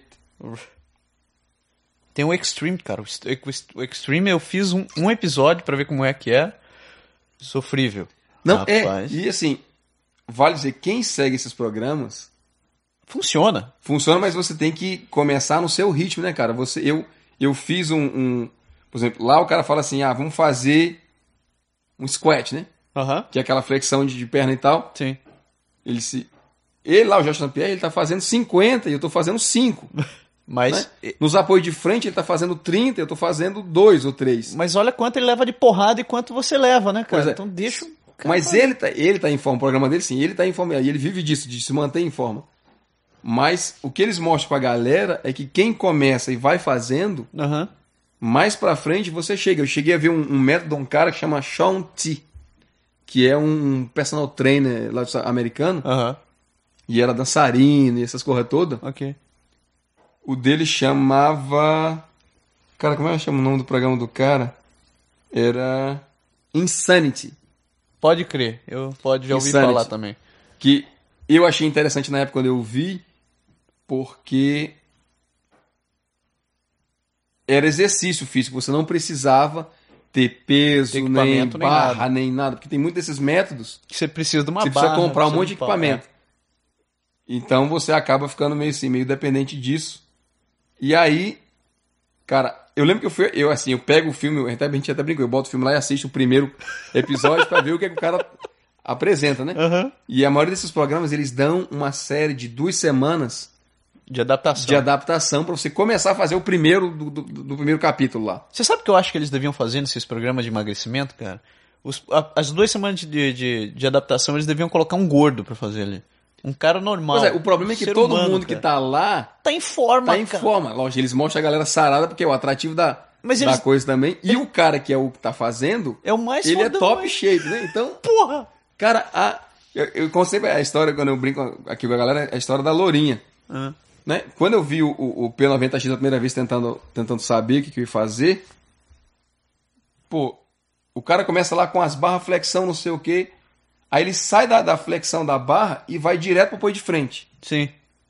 Tem o Extreme, cara. O est- o Extreme eu fiz um, um episódio pra ver como é que é. Sofrível. Não, Rapaz. é, e assim, vale dizer, quem segue esses programas, Funciona. funciona, mas você tem que começar no seu ritmo, né, cara? Você, eu, eu fiz um, um... Por exemplo, lá o cara fala assim, ah, vamos fazer um squat, né? Aham. Que é aquela flexão de, de perna e tal. Sim. Ele se... Ele lá, o Jorge Saint-Pierre, ele tá fazendo cinquenta e eu tô fazendo cinco. Mas, Né? Nos apoios de frente ele tá fazendo trinta e eu tô fazendo dois ou três. mas olha quanto ele leva de porrada e quanto você leva, né, cara? Pois é. Então deixa o cara Mas fazer. ele tá, ele tá em forma, o programa dele sim, ele tá em forma, e ele vive disso, de se manter em forma. Mas o que eles mostram pra galera é que quem começa e vai fazendo, Aham. mais pra frente você chega. Eu cheguei a ver um, um método de um cara que chama Shaun T, que é um personal trainer lá americano, Aham. e era dançarino e essas coisas todas. Ok. O dele chamava... Cara, como é que chama o nome do programa do cara? Era Insanity. Pode crer. Eu pode já ouvi Insanity. falar também. Que eu achei interessante na época quando eu vi, porque era exercício físico. Você não precisava ter peso, Ter nem equipamento, nem barra, nada. nem nada. Porque tem muitos desses métodos, Que você precisa de uma você barra. precisa comprar um precisa monte de pau. equipamento. Então você acaba ficando meio assim, meio dependente disso. E aí, cara, eu lembro que eu fui, eu assim, eu pego o filme, até, a gente até brincou, eu boto o filme lá e assisto o primeiro episódio pra ver o que, é que o cara apresenta, né? Aham. E a maioria desses programas, eles dão uma série de duas semanas De adaptação. de adaptação pra você começar a fazer o primeiro do, do, do primeiro capítulo lá. Você sabe o que eu acho que eles deviam fazer nesses programas de emagrecimento, cara? Os- a- as duas semanas de, de, de adaptação, eles deviam colocar um gordo pra fazer ali. Um cara normal. Pois é, o problema é que ser todo humano, mundo que cara. tá lá Tá em forma, tá em cara. forma. Lógico, eles mostram a galera sarada porque é o atrativo da, Mas da eles- coisa também. E o cara que é o que tá fazendo, É o mais ele é fodão, top né? shape, né? Então, Porra! cara, a, eu, eu conceito a história, quando eu brinco aqui com a galera, é a história da Lourinha. Ah. Né? Quando eu vi o, o, o P noventa X a primeira vez tentando, tentando saber o que, que eu ia fazer, pô, o cara começa lá com as barras flexão, não sei o quê, aí ele sai da, da flexão da barra e vai direto pro apoio de frente. Sim.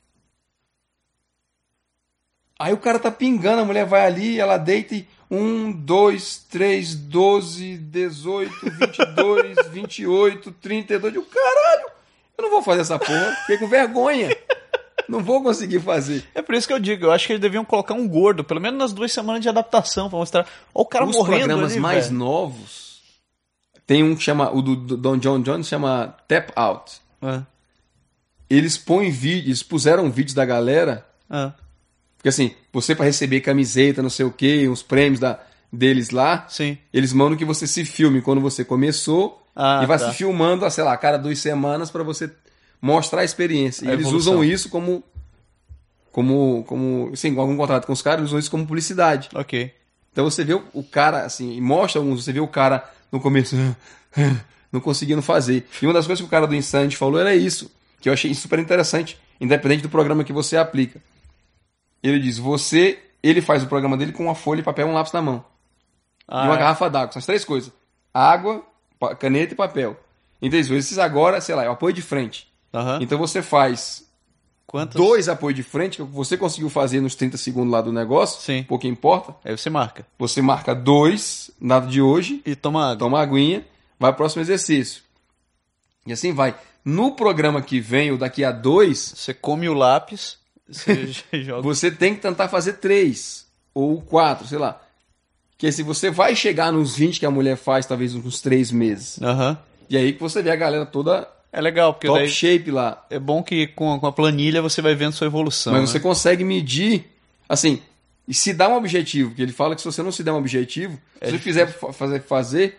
Aí o cara tá pingando, a mulher vai ali, ela deita e um, dois, três, doze, dezoito, vinte e dois, vinte e oito, trinta e dois. Eu, caralho, eu não vou fazer essa porra, fiquei com vergonha. Não vou conseguir fazer. É por isso que eu digo, eu acho que eles deviam colocar um gordo, pelo menos nas duas semanas de adaptação, pra mostrar. Ó, o cara Os morrendo programas ali, mais velho. novos, tem um que chama, o do, do Don John Jones chama Tap Out. Ah, Eles põem vídeos, puseram vídeos da galera, ah. porque assim, você para receber camiseta, não sei o que, uns prêmios da, deles lá, Sim. eles mandam que você se filme quando você começou Ah, e vai tá. se filmando, sei lá, a cada duas semanas para você mostrar a experiência. E A eles evolução. usam isso como, como, como, assim, com algum contrato com os caras, eles usam isso como publicidade. Ok. Então você vê o, o cara, assim, e mostra alguns, você vê o cara no começo não conseguindo fazer. E uma das coisas que o cara do Insanity falou era isso, que eu achei super interessante, independente do programa que você aplica. Ele diz, você, ele faz o programa dele com uma folha de papel e um lápis na mão. Ah, e uma é. garrafa d'água, são as três coisas. Água, pa- caneta e papel. Então isso, esses agora, sei lá, é o apoio de frente. Aham. Então você faz Quantas? dois apoios de frente, que você conseguiu fazer nos trinta segundos lá do negócio, Sim. pouco importa. Aí você marca. Você marca dois, nada de hoje, E toma água. toma uma aguinha, vai pro próximo exercício. E assim vai. No programa que vem, ou daqui a dois, Você come o lápis, você joga. você tem que tentar fazer três, ou quatro, sei lá. Que se você vai chegar nos vinte que a mulher faz, talvez uns três meses. Aham. E aí que você vê a galera toda É legal, porque top daí shape lá. é bom que com, com a planilha você vai vendo sua evolução. Mas né? você consegue medir Assim, e se dá um objetivo, porque ele fala que se você não se der um objetivo, É se você difícil. fizer fazer, fazer,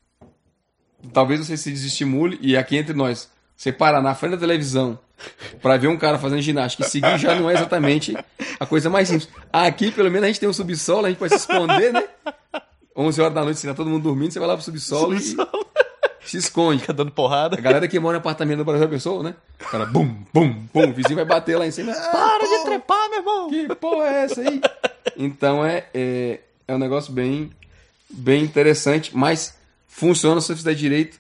talvez você se desestimule, e aqui entre nós, você parar na frente da televisão pra ver um cara fazendo ginástica e seguir já não é exatamente a coisa mais simples. Aqui, pelo menos, a gente tem um subsolo, a gente pode se esconder, né? onze horas da noite, se tá todo mundo dormindo, você vai lá pro subsolo, Subsolo. e se esconde. Fica dando porrada. A galera que mora em apartamento no Brasil, pessoa, né? O cara, bum, bum, bum, o vizinho vai bater lá em cima. Ah, Para de pô, trepar, meu irmão! que porra é essa aí? Então é, é, é um negócio bem, bem interessante, mas funciona se você fizer direito.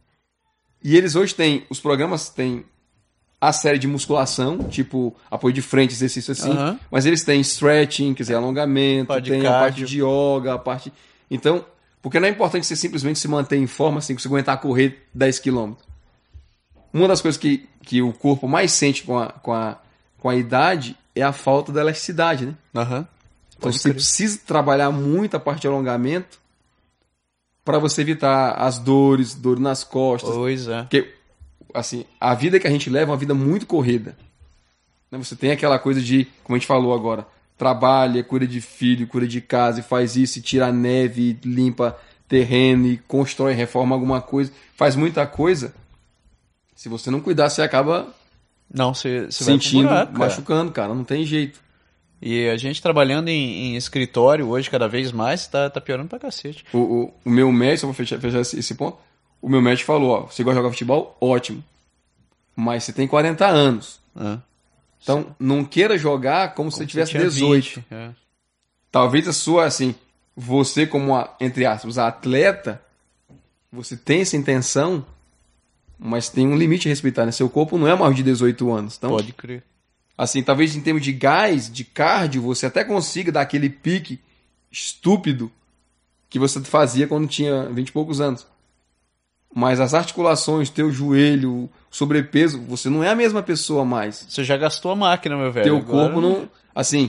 E eles hoje têm, os programas têm a série de musculação, tipo apoio de frente, exercício assim, Aham. mas eles têm stretching, quer dizer, alongamento, Parte de tem a parte cardio. de yoga, a parte... Então, porque não é importante você simplesmente se manter em forma, assim, que você aguentar correr dez quilômetros. Uma das coisas que, que o corpo mais sente com a, com, a, com a idade é a falta da elasticidade, né? Aham. Então Pode você crer. precisa trabalhar muito a parte de alongamento para você evitar as dores, dor nas costas. Pois é. Porque, assim, a vida que a gente leva é uma vida muito corrida. Né? Você tem aquela coisa de, como a gente falou agora, trabalha, cuida de filho, cuida de casa, e faz isso, e tira a neve, e limpa terreno, e constrói, reforma alguma coisa, faz muita coisa. Se você não cuidar, você acaba Não, você, você vai pro sentindo, buraco, cara. machucando, cara. Não tem jeito. E a gente trabalhando em, em escritório hoje, cada vez mais, tá, tá piorando pra cacete. O, o, o meu médico, só vou fechar, fechar esse, esse ponto, o meu médico falou, ó, você gosta de jogar futebol? Ótimo. Mas você tem quarenta anos. Ah. Então, não queira jogar como, se você tivesse tinha dezoito. vinte, é. Talvez a sua, assim, você como, a, entre aspas, a atleta, você tem essa intenção, mas tem um limite a respeitar, né? Seu corpo não é maior de dezoito anos. Então, Pode crer. assim, talvez em termos de gás, de cardio, você até consiga dar aquele pique estúpido que você fazia quando tinha vinte e poucos anos. Mas as articulações, teu joelho, sobrepeso, você não é a mesma pessoa mais. Você já gastou a máquina, meu velho. Teu Agora- corpo não... Assim,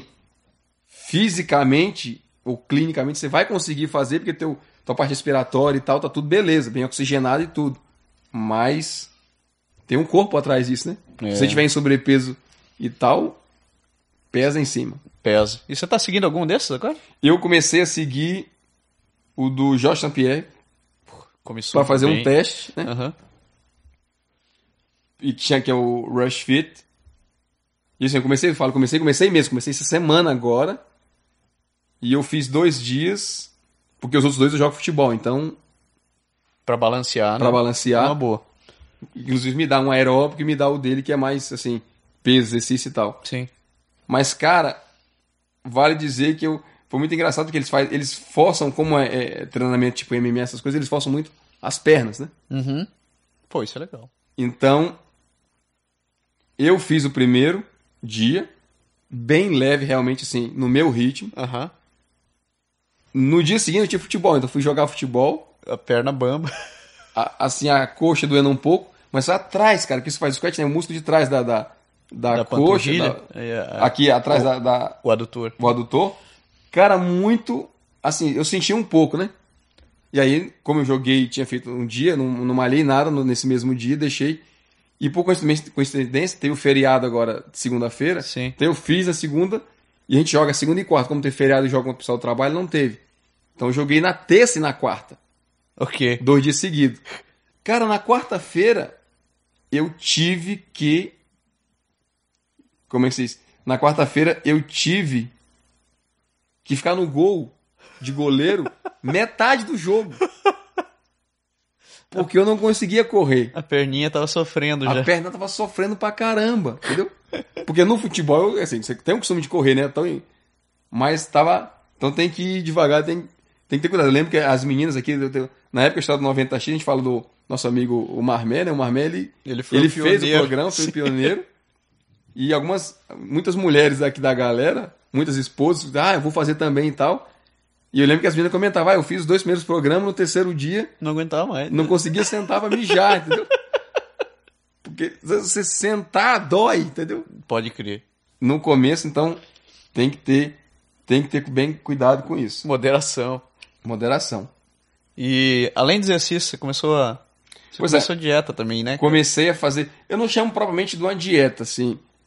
fisicamente ou clinicamente você vai conseguir fazer porque teu, tua parte respiratória e tal, tá tudo beleza, bem oxigenado e tudo. Mas tem um corpo atrás disso, né? É. Se você tiver em sobrepeso e tal, pesa em cima. Pesa. E você tá seguindo algum desses agora? Eu comecei a seguir o do Jorge Saint-Pierre Começou para fazer bem. um teste, né? Aham. E que tinha que é o Rush Fit. E assim, eu comecei, eu falo, comecei, comecei mesmo, comecei essa semana agora. E eu fiz dois dias, porque os outros dois eu jogo futebol, então, Pra balancear, pra né? balancear, Uma boa. inclusive me dá um aeróbico e me dá o dele que é mais, assim, peso, exercício e tal. Sim. Mas, cara, vale dizer que eu, foi muito engraçado porque eles fazem, eles forçam, como é, é treinamento tipo M M A, essas coisas, eles forçam muito as pernas, né? Uhum. Pô, isso é legal. Então, eu fiz o primeiro dia, bem leve, realmente, assim, no meu ritmo. Aham. No dia seguinte eu tinha futebol, então fui jogar futebol, A perna bamba. a- assim, a coxa doendo um pouco, mas só atrás, cara, que isso faz o squat, né? O músculo de trás da, da, da, Da coxa, panturrilha. da- É, a- aqui atrás da, da, O adutor. o adutor, cara, muito, assim, eu senti um pouco, né? E aí, como eu joguei, tinha feito um dia, não, não malhei nada no- nesse mesmo dia, deixei. E por coincidência, coincidência teve o feriado agora, de segunda-feira. Sim. Então eu fiz na segunda, e a gente joga segunda e quarta. Como tem feriado e joga com o pessoal do trabalho, não teve. Então eu joguei na terça e na quarta. Ok. Dois dias seguidos. Cara, na quarta-feira, eu tive que... Como é que se diz? Na quarta-feira, eu tive que ficar no gol de goleiro metade do jogo. Porque eu não conseguia correr. A perninha tava sofrendo A já. perna tava sofrendo pra caramba, entendeu? Porque no futebol, eu, assim, você tem o costume de correr, né? Então, mas tava... Então tem que ir devagar, tem, tem que ter cuidado. Eu lembro que as meninas aqui, eu tenho- na época eu estava no noventa X, a gente fala do nosso amigo o Marmé, né? O Marmé, ele, Ele foi ele o fez o pioneiro. programa, foi o pioneiro. E algumas, muitas mulheres aqui da galera, muitas esposas, ah, eu vou fazer também e tal. E eu lembro que as meninas comentavam, ah, eu fiz os dois primeiros programas, no terceiro dia, Não aguentava mais. não conseguia sentar pra mijar, entendeu? Porque você sentar dói, entendeu? Pode crer. No começo, então, tem que ter, tem que ter bem cuidado com isso. Moderação. Moderação. E além do exercício, você começou a. Você Pois começou é. a dieta também, né? Comecei a fazer, eu não chamo propriamente de uma dieta, assim,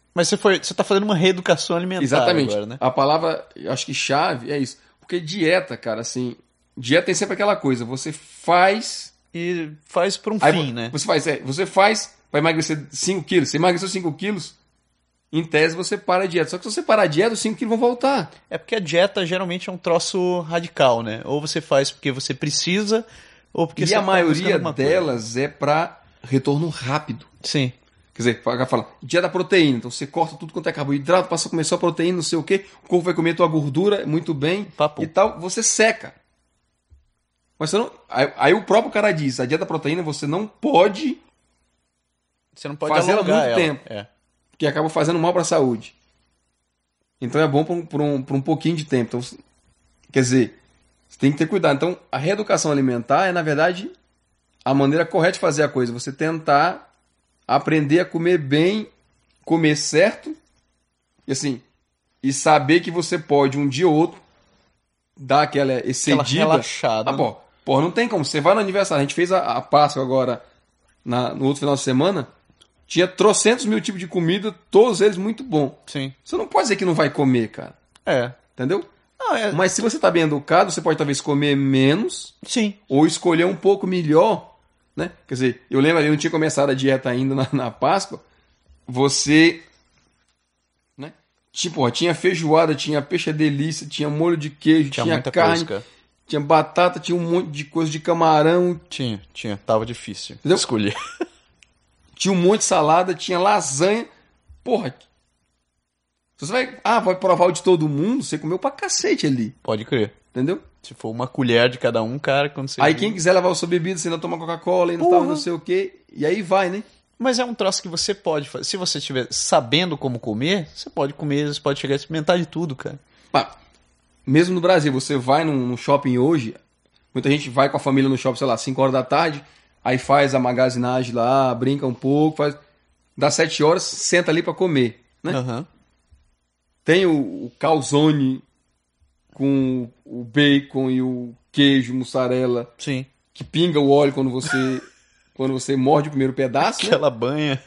Mas você, foi, você tá fazendo uma reeducação alimentar. Exatamente. Agora, né? A palavra, eu acho que chave é isso. Porque dieta, cara, assim... Dieta tem sempre aquela coisa. Você faz... E faz por um aí, fim, né? Você faz, é, você faz, vai emagrecer cinco quilos. Você emagreceu cinco quilos, em tese você para a dieta. Só que se você parar a dieta, os cinco quilos vão voltar. É porque a dieta geralmente é um troço radical, né? Ou você faz porque você precisa, ou porque e você a tá maioria buscando uma coisa. delas é para retorno rápido. Sim. Quer dizer, fala, fala, dieta da proteína. Então você corta tudo quanto é carboidrato, passa a comer só proteína, não sei o quê. O corpo vai comer tua gordura muito bem Papo. e tal. Você seca. Mas você não... Aí, aí o próprio cara diz, a dieta da proteína você não pode... Você não pode fazer ela alongar muito ela. tempo. É. Que acaba fazendo mal para a saúde. Então é bom por um, por um, por um pouquinho de tempo. Então, quer dizer, você tem que ter cuidado. Então a reeducação alimentar é, na verdade, a maneira correta de fazer a coisa. Você tentar aprender a comer bem, comer certo, e assim, e saber que você pode um dia ou outro dar aquela excedida. Aquela relaxada. Ah, pô, pô, não tem como. Você vai no aniversário. A gente fez a, a Páscoa agora, na, no outro final de semana. Tinha trocentos mil tipos de comida, todos eles muito bons. Sim. Você não pode dizer que não vai comer, cara. É. Entendeu? Não, é... Mas se você tá bem educado, você pode talvez comer menos Sim. ou escolher um pouco melhor, né? Quer dizer, eu lembro, eu não tinha começado a dieta ainda na, na Páscoa. Você... Né? Tipo, ó, tinha feijoada, tinha peixe delícia, tinha molho de queijo, Tinha tinha, muita carne, coisa, cara. tinha batata, tinha um monte de coisa de camarão, Tinha, tinha. Tava difícil. Entendeu? Escolher. tinha um monte de salada, tinha lasanha. Porra. Se você vai, ah, vai provar o de todo mundo, você comeu pra cacete ali. Pode crer. Entendeu? Se for uma colher de cada um, cara, quando você... Aí viu- quem quiser levar a sua bebida, você ainda toma Coca-Cola, ainda Porra. tava não sei o quê. E aí vai, né? Mas é um troço que você pode fazer. Se você estiver sabendo como comer, você pode comer, você pode chegar a experimentar de tudo, cara. Pá, mesmo no Brasil, você vai num, num shopping hoje, muita gente vai com a família no shopping, sei lá, cinco horas da tarde, aí faz a magazinagem lá, brinca um pouco, faz... dá sete horas, senta ali pra comer, né? Aham. Tem o, o calzone com o bacon e o queijo, mussarela, Sim. que pinga o óleo quando você, quando você morde o primeiro pedaço, né? Aquela banha.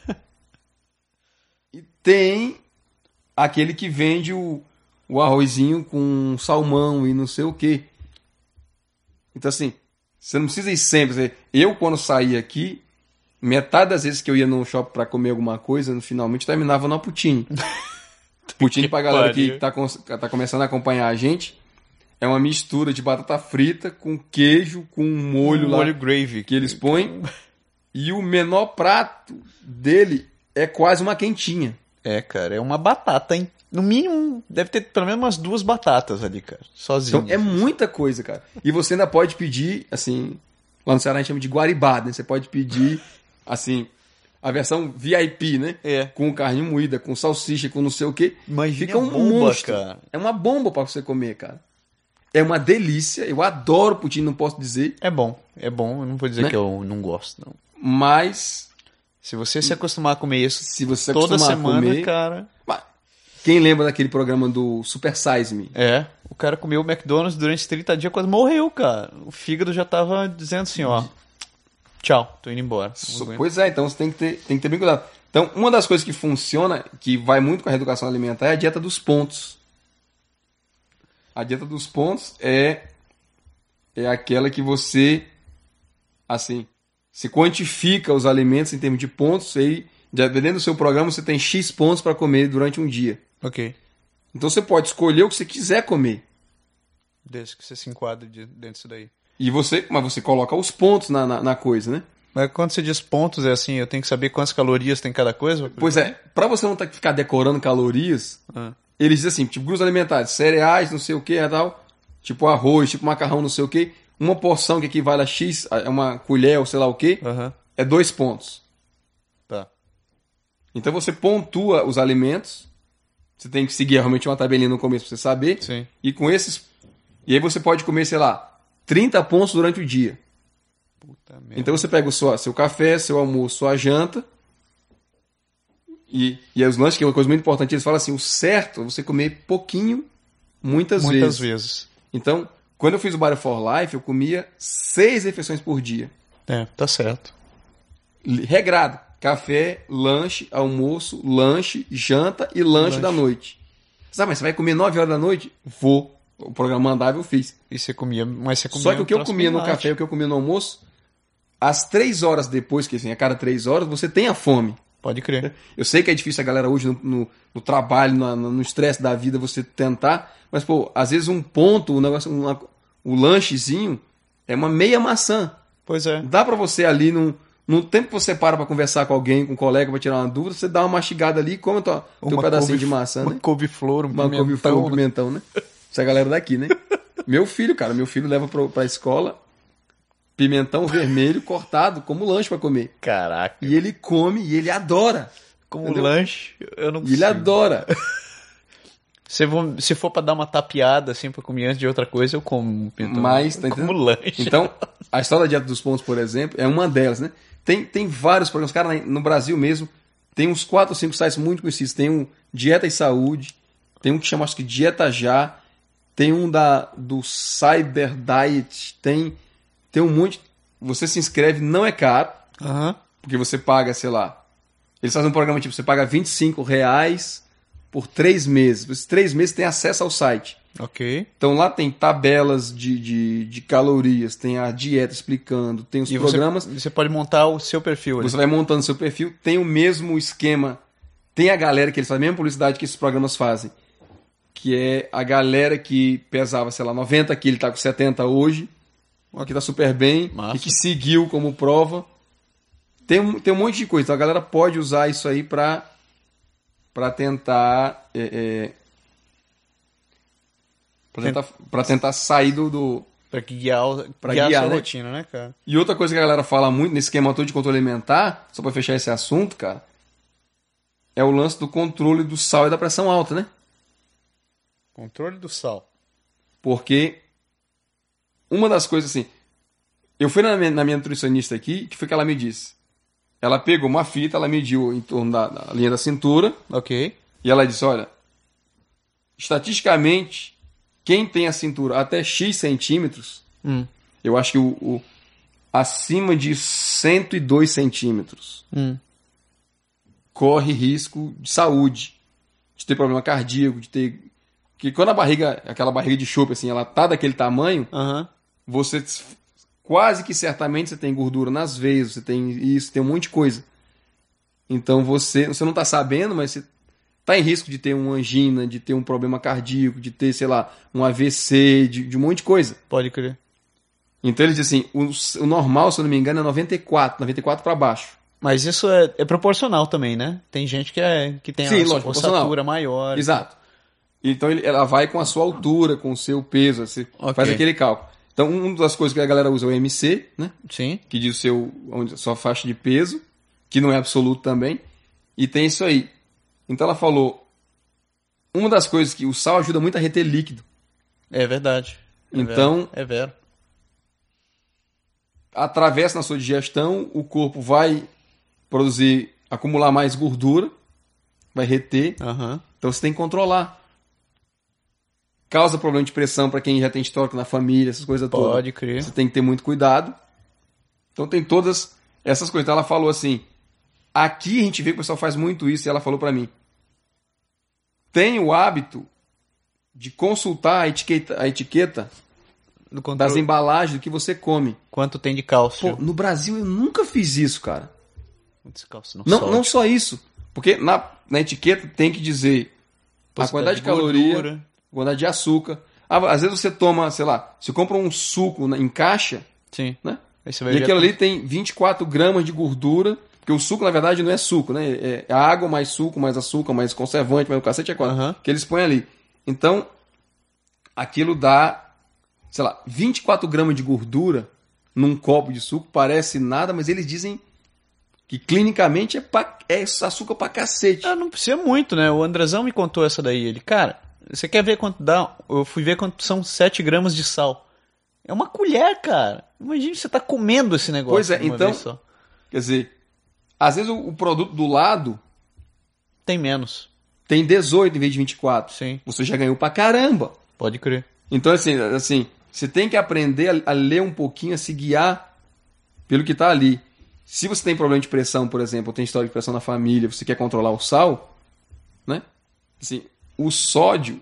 E tem aquele que vende o, o arrozinho com salmão e não sei o quê. Então, assim, você não precisa ir sempre. Eu, quando saía aqui, metade das vezes que eu ia no shopping pra comer alguma coisa, finalmente terminava no Poutine. Poutine, pra galera pariu. que tá, com- tá começando a acompanhar a gente, é uma mistura de batata frita com queijo, com um molho Um lá molho gravy. que eles põem. E o menor prato dele é quase uma quentinha. É, cara, é uma batata, hein? No mínimo, deve ter pelo menos umas duas batatas ali, cara. Sozinho. Então é muita coisa, cara. E você ainda pode pedir, assim, lá no Ceará a gente chama de guaribada, né? Você pode pedir, assim, a versão V I P, né? É. Com carne moída, com salsicha, com não sei o quê. Imagina Fica um a bomba, monstro. cara. É uma bomba pra você comer, cara. É uma delícia. Eu adoro poutine, não posso dizer. É bom, é bom. Eu não vou dizer Né? que eu não gosto, não. Mas, Se você se acostumar a comer isso se você toda acostumar semana, a comer... cara... Mas quem lembra daquele programa do Super Size Me? É, o cara comeu o McDonald's durante trinta dias, quase morreu, cara. O fígado já tava dizendo assim, ó... Tchau, tô indo embora. Não aguento. Pois é, então você tem que, ter, tem que ter bem cuidado. Então, uma das coisas que funciona, que vai muito com a reeducação alimentar, é a dieta dos pontos. A dieta dos pontos é, é aquela que você, assim, se quantifica os alimentos em termos de pontos, e aí, dependendo do seu programa, você tem X pontos para comer durante um dia. Ok. Então você pode escolher o que você quiser comer. Desde que você se enquadre de- dentro disso daí. E você, mas você coloca os pontos na, na, na coisa, né? Mas quando você diz pontos, é assim, eu tenho que saber quantas calorias tem cada coisa? Pois é, para você não ter que ficar decorando calorias, Ah, eles dizem assim, tipo grupos alimentares, cereais, não sei o que, tal, tipo arroz, tipo macarrão, não sei o que, uma porção que equivale a X, é uma colher ou sei lá o que, aham. é dois pontos. Tá. Então você pontua os alimentos, você tem que seguir realmente uma tabelinha no começo pra você saber, Sim. e com esses, e aí você pode comer, sei lá, trinta pontos durante o dia. Puta merda. Então você pega o seu, seu café, seu almoço, sua janta. E, e aí os lanches, que é uma coisa muito importante, eles falam assim: o certo é você comer pouquinho, muitas, Muitas vezes. vezes. Então, quando eu fiz o Body for Life, eu comia seis refeições por dia. É, tá certo. Li- Regrado. café, lanche, almoço, lanche, janta e lanche, Lanche. da noite. Sabe, mas você vai comer nove horas da noite? Vou. O programa andava, eu fiz. E você comia, mas você comia Só que o que eu troço comia no bem light. café e o que eu comia no almoço, às três horas depois, que assim, a cada três horas, você tem a fome. Pode crer. Eu sei que é difícil a galera hoje no, no, no trabalho, no- no estresse da vida, você tentar, mas, pô, às vezes um ponto, um negócio, uma- o lanchezinho é uma meia maçã. Pois é. Dá pra você ali, num, num tempo que você para pra conversar com alguém, com um colega, pra tirar uma dúvida, você dá uma mastigada ali e come o teu teu pedacinho couve- de maçã, uma né? couve-flor, um Uma pimentão. couve-flor, um né? pimentão, né? Isso é a galera daqui, né? Meu filho, cara, meu filho leva pro, pra escola pimentão vermelho cortado como lanche pra comer. Caraca. E ele come e ele adora. Como entendeu? lanche, eu não E ele consigo. adora. Se, vou- se for pra dar uma tapeada, assim, pra comer antes de outra coisa, eu como um pimentão. Mas, tá como entendendo? lanche. Então, a história da dieta dos pontos, por exemplo, é uma delas, né? Tem, tem vários programas. Cara, no Brasil mesmo, tem uns quatro ou cinco sites muito conhecidos. Tem um Dieta e Saúde, tem um que chama, acho que Dieta Já, tem um da, do Cyber Diet, tem, tem um monte. Você se inscreve, não é caro, Aham. porque você paga, sei lá. Eles fazem um programa tipo, você paga vinte e cinco reais por três meses. Esses três meses tem acesso ao site. Ok. Então lá tem tabelas de, de, de calorias, tem a dieta explicando, tem os E você, programas. você pode montar o seu perfil ali. Você vai montando seu perfil, tem o mesmo esquema. Tem a galera que eles fazem a mesma publicidade que esses programas fazem. Que é a galera que pesava, sei lá, noventa quilos, tá com setenta hoje. Que tá super bem. Massa. E que seguiu como prova. Tem um, tem um monte de coisa. Então a galera pode usar isso aí pra, pra tentar. É, é, pra, tentar pra tentar sair do- do, Pra que guiar, o- Pra guiar, guiar, a sua né? rotina, né, cara? E outra coisa que a galera fala muito nesse esquema todo de controle alimentar, só pra fechar esse assunto, cara, é o lance do controle do sal e da pressão alta, né? Controle do sal. Porque uma das coisas assim, eu fui na minha, na minha nutricionista aqui, que foi que ela me disse. Ela pegou uma fita, ela mediu em torno da, da linha da cintura, Ok. e ela disse, olha, estatisticamente, quem tem a cintura até X centímetros, Hum. eu acho que o, o acima de cento e dois centímetros, Hum. corre risco de saúde, de ter problema cardíaco, de ter... Que quando a barriga, aquela barriga de chope, assim, ela tá daquele tamanho, Aham. você quase que certamente você tem gordura nas veias, você tem isso, tem um monte de coisa. Então você, você não tá sabendo, mas você tá em risco de ter uma angina, de ter um problema cardíaco, de ter, sei lá, um A V C, de, de um monte de coisa. Pode crer. Então ele diz assim, o, o normal, se eu não me engano, é noventa e quatro, noventa e quatro para baixo. Mas isso é, é proporcional também, né? Tem gente que, é, que tem Sim, a lógico, proporcional. ossatura maior. Exato. Então ele, ela vai com a sua altura, com o seu peso, você Ok. faz aquele cálculo. Então uma das coisas que a galera usa é o M C, né? Sim. Que diz o seu, onde, a sua faixa de peso, que não é absoluto também, e tem isso aí. Então ela falou, uma das coisas que o sal ajuda muito a reter líquido. É verdade. É Então- vero. É vero. Atravessa na sua digestão, o corpo vai produzir, acumular mais gordura, vai reter, Aham. então você tem que controlar. Causa problema de pressão para quem já tem histórico na família, essas coisas todas. Pode crer. Você tem que ter muito cuidado. Então tem todas essas coisas. Então ela falou assim, aqui a gente vê que o pessoal faz muito isso, e ela falou para mim, tem o hábito de consultar a etiqueta, a etiqueta Do controle. das embalagens do que você come. Quanto tem de Pô, cálcio? no Brasil eu nunca fiz isso, cara. Quantos cálcio Não, sódio? não só isso. Porque na, na etiqueta tem que dizer a quantidade de caloria, gordura. a quantidade de açúcar. Ah, às vezes você toma, sei lá, você compra um suco na- em caixa, Sim. né? Aí você vai E ver aquilo a- ali tem vinte e quatro gramas de gordura, porque o suco, na verdade, não é suco, né? É, é água mais suco, mais açúcar, mais conservante, mais o cacete é quatro, Aham. que eles põem ali. Então, aquilo dá, sei lá, vinte e quatro gramas de gordura num copo de suco, parece nada, mas eles dizem que clinicamente é, pra, é açúcar pra cacete. Ah, não precisa muito, né? O Andrezão me contou essa daí. Ele, cara, você quer ver quanto dá? Eu fui ver quanto são sete gramas de sal. É uma colher, cara. Imagina você tá comendo esse negócio. Pois é, de uma então- vez só. Quer dizer, às vezes o, o produto do lado Tem menos. tem dezoito em vez de vinte e quatro. Sim. Você já ganhou pra caramba. Pode crer. Então, assim, assim, você tem que aprender a, a ler um pouquinho, a se guiar pelo que está ali. se você tem problema de pressão, por exemplo, ou tem história de pressão na família, você quer controlar o sal, né? Assim, o sódio,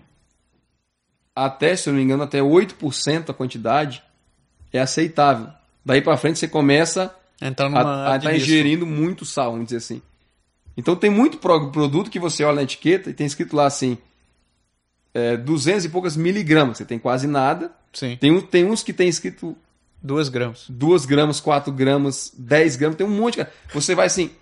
até, se eu não me engano, até oito por cento da quantidade é aceitável. Daí pra frente você começa Entrar numa a estar tá ingerindo muito sal, vamos dizer assim. Então tem muito pro- produto que você olha na etiqueta e tem escrito lá assim, é, duzentos e poucas miligramas, você tem quase nada. Sim. Tem, um, tem uns que tem escrito Duas gramas. duas gramas, quatro gramas, dez gramas, tem um monte, cara. Você vai assim,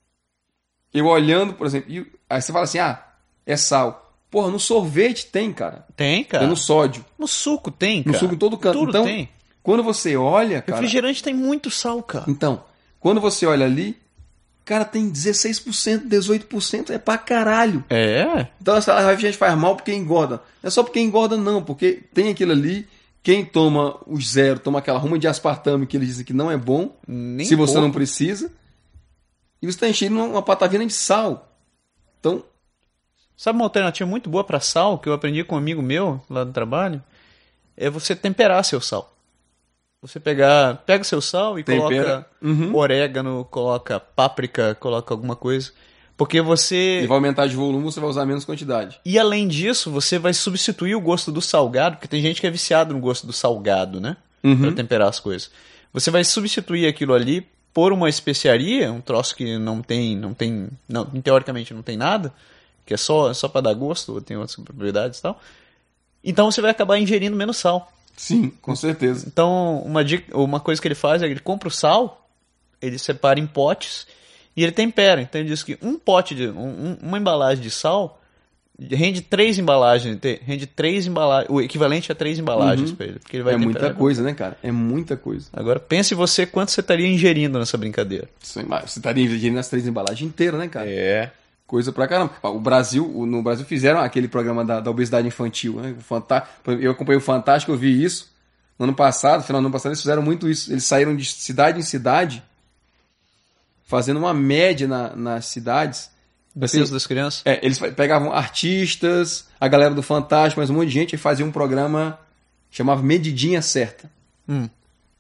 eu olhando, por exemplo, e aí você fala assim, ah, é sal. Porra, no sorvete tem, cara. Tem, cara. Tem no sódio. No suco tem, No cara. suco em todo canto. Tudo Então, tem. quando você olha, cara... Refrigerante tem muito sal, cara. Então, quando você olha ali, cara, tem dezesseis por cento, dezoito por cento, é pra caralho. É? Então essa refrigerante faz mal porque engorda. Não é só porque engorda, não, porque tem aquilo ali, quem toma os zero, toma aquela ruma de aspartame que eles dizem que não é bom, Nem se você pouco. não precisa, e você está enchendo uma patavina de sal. Então, Sabe uma alternativa muito boa pra sal, que eu aprendi com um amigo meu lá no trabalho? É você temperar seu sal. Você pegar, pega o seu sal e Tempera. coloca Uhum. orégano, coloca páprica, coloca alguma coisa. Porque você... ele vai aumentar de volume, você vai usar menos quantidade. E além disso, você vai substituir o gosto do salgado, porque tem gente que é viciado no gosto do salgado, né? Uhum. Pra temperar as coisas. Você vai substituir aquilo ali por uma especiaria, um troço que não tem, não tem, não, teoricamente não tem nada, que é só, só para dar gosto, ou tem outras propriedades e tal. Então você vai acabar ingerindo menos sal. Sim, com certeza. Então, uma, dica, uma coisa que ele faz é que ele compra o sal, ele separa em potes e ele tempera. Então ele diz que um pote, de, um, uma embalagem de sal rende três embalagens, rende três embalagens, o equivalente a três embalagens Uhum. para ele. Porque ele vai É temperar. muita coisa, né, cara? É muita coisa. Agora pense você quanto você estaria ingerindo nessa brincadeira. Você você estaria ingerindo nas três embalagens inteiras, né, cara? É. Coisa pra caramba. O Brasil, o- no Brasil fizeram aquele programa da, da obesidade infantil, né? O Fantá- eu acompanhei o Fantástico, eu vi isso. No ano passado, no final do ano passado, eles fizeram muito isso. Eles saíram de cidade em cidade, fazendo uma média na- nas cidades. Do Assim, peso das crianças? é, eles pegavam artistas, a galera do Fantástico, mas um monte de gente, e faziam um programa, chamava Medidinha Certa. Hum.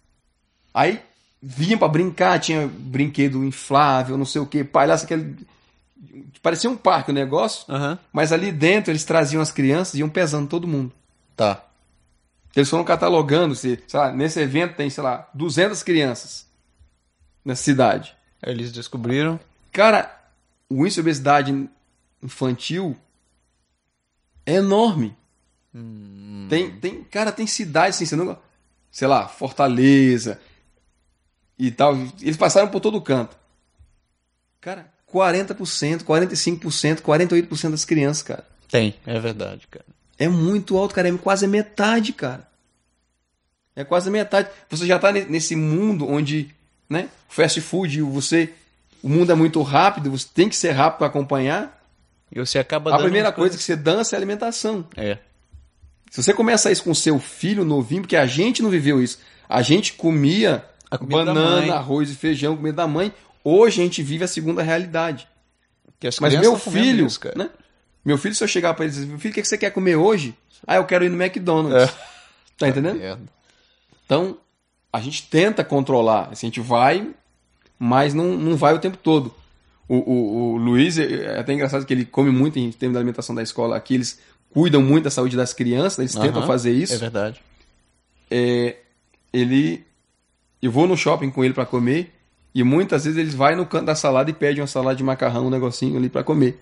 Aí vinha pra brincar, tinha brinquedo inflável, não sei o que, palhaço, aquele... parecia um parque o negócio, Aham. mas ali dentro eles traziam as crianças e iam pesando todo mundo. Tá. Eles foram catalogando, se, sei lá, nesse evento tem, sei lá, duzentas crianças nessa cidade. Aí eles descobriram. Cara, o índice de obesidade infantil é enorme. Tem, tem, cara, tem cidades assim, você não, sei lá, Fortaleza e tal. Eles passaram por todo canto. Cara, quarenta por cento, quarenta e cinco por cento, quarenta e oito por cento das crianças, cara. Tem, é verdade, cara. É muito alto, cara. É quase a metade, cara. É quase a metade. Você já tá ne- nesse mundo onde, né, fast food, você, o mundo é muito rápido, você tem que ser rápido para acompanhar. E você acaba A dando primeira umas coisa coisas- que você dança é a alimentação. É. Se você começa isso com seu filho novinho, porque a gente não viveu isso. A gente comia A comida da banana, mãe. arroz e feijão, comida da mãe. Hoje a gente vive a segunda realidade. Que as Mas crianças meu tão comendo filho, isso, cara. né? Meu filho, se eu chegar pra ele e dizer, meu filho, o que que você quer comer hoje? Ah, eu quero ir no McDonald's. É. Tá entendendo? Merda. Então, a gente tenta controlar. Assim, a gente vai, mas não, não vai o tempo todo. O, o, o Luiz, é até engraçado que ele come muito em termos da alimentação da escola aqui. Eles cuidam muito da saúde das crianças, eles tentam Aham, fazer isso. É verdade. É, ele, eu vou no shopping com ele para comer e muitas vezes ele vai no canto da salada e pede uma salada de macarrão, um negocinho ali para comer.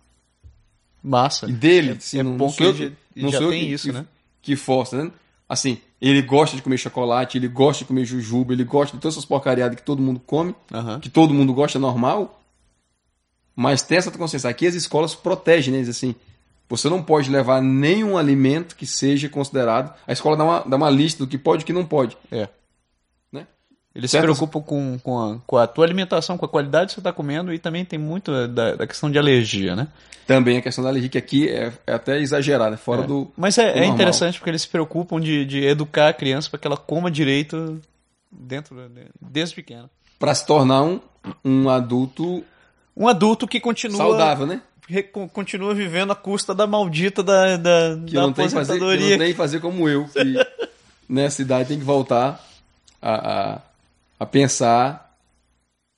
Massa. E dele, é, assim, é não, bom não que sou eu ele que, já, não já sou eu tem que, isso, que, né? que força, né? Assim, ele gosta de comer chocolate, ele gosta de comer jujuba, ele gosta de todas essas porcariadas que todo mundo come, Aham. que todo mundo gosta, é normal. Mas tem essa consciência. Aqui as escolas protegem, né? Diz assim, você não pode levar nenhum alimento que seja considerado. A escola dá uma, dá uma lista do que pode e o que não pode. É. Né? Eles Certas- se preocupam com, com, a, com a tua alimentação, com a qualidade que você está comendo e também tem muito da, da questão de alergia, né? Também a questão da alergia, que aqui é, é até exagerada, é fora É. do. Mas é, do é normal. interessante porque eles se preocupam de, de educar a criança para que ela coma direito dentro desde pequena. Para se tornar um, um adulto Um adulto que continua saudável, né? re- con- continua vivendo à custa da maldita da, da, Que da não tem que fazer, que aposentadoria. não tem que fazer como eu, que nessa idade tem que voltar a, a, a pensar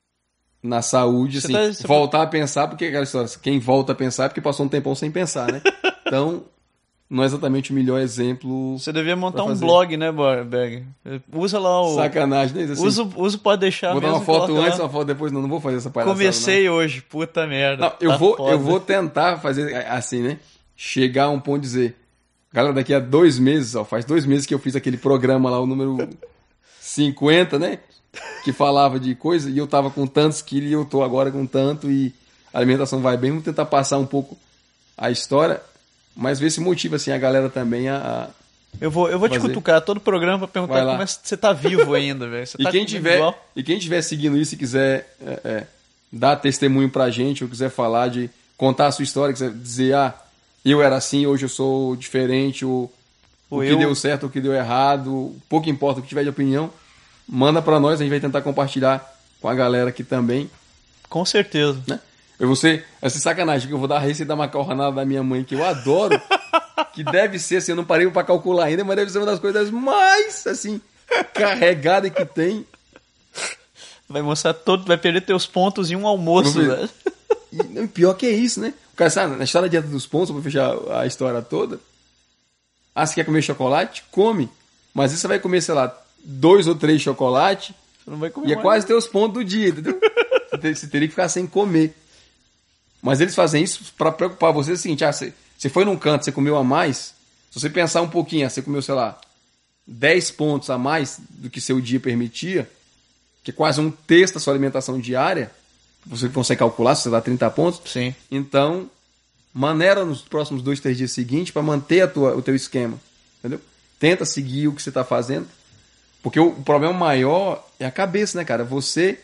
na saúde, Você assim, tá- voltar a pensar, porque aquela história, quem volta a pensar é porque passou um tempão sem pensar, né? Então, não é exatamente o melhor exemplo. Você devia montar pra um fazer. blog, né, Berg? Usa lá o... Sacanagem, né? Assim, Usa, usa o Pode Deixar vou dar mesmo. uma foto coloca lá. antes, uma foto depois, não, não vou fazer essa palhaçada. Comecei hoje, puta merda. Não, eu, tá vou, foda. eu vou tentar fazer assim, né? Chegar a um ponto de dizer, galera, daqui a dois meses, ó, faz dois meses que eu fiz aquele programa lá, o número cinquenta, né? Que falava de coisa, e eu tava com tantos quilos e eu tô agora com tanto, e a alimentação vai bem. Vamos tentar passar um pouco a história, mas ver se motiva assim, a galera também a... a... Eu vou, eu vou te fazer. cutucar todo o programa pra perguntar Vai lá. como é que você tá vivo ainda, velho. Você E, tá quem comendo tiver, igual? e quem tiver seguindo isso e quiser é, é, dar testemunho pra gente, ou quiser falar, de contar a sua história, quiser dizer, ah, eu era assim, hoje eu sou diferente, ou Ou o que eu- deu certo, o que deu errado, pouco importa o que tiver de opinião, manda pra nós, a gente vai tentar compartilhar com a galera aqui também, Com certeza. né? Eu vou ser, essa sacanagem, que eu vou dar a receita da macarronada da minha mãe, que eu adoro, que deve ser, assim, eu não parei pra calcular ainda, mas deve ser uma das coisas mais, assim, carregada que tem. Vai mostrar todo, vai perder teus pontos em um almoço, Vou ver. velho. E não, e pior que é isso, né? O cara sabe, na história da dieta dos pontos, pra fechar a história toda, ah, você quer comer chocolate? Come. Mas aí você vai comer, sei lá, dois ou três chocolates, Você não vai comer e é mais quase ter os pontos do dia, entendeu? Você ter- Você teria que ficar sem comer. Mas eles fazem isso pra preocupar você. É o seguinte, ah, você, você foi num canto, você comeu a mais, se você pensar um pouquinho, ah, você comeu, sei lá, dez pontos a mais do que seu dia permitia, que é quase um terço da sua alimentação diária, você consegue calcular, se você dá trinta pontos, Sim. então maneira nos próximos dois, três dias seguintes para manter a tua, o teu esquema, entendeu? Tenta seguir o que você está fazendo, porque o, o problema maior é a cabeça, né, cara? Você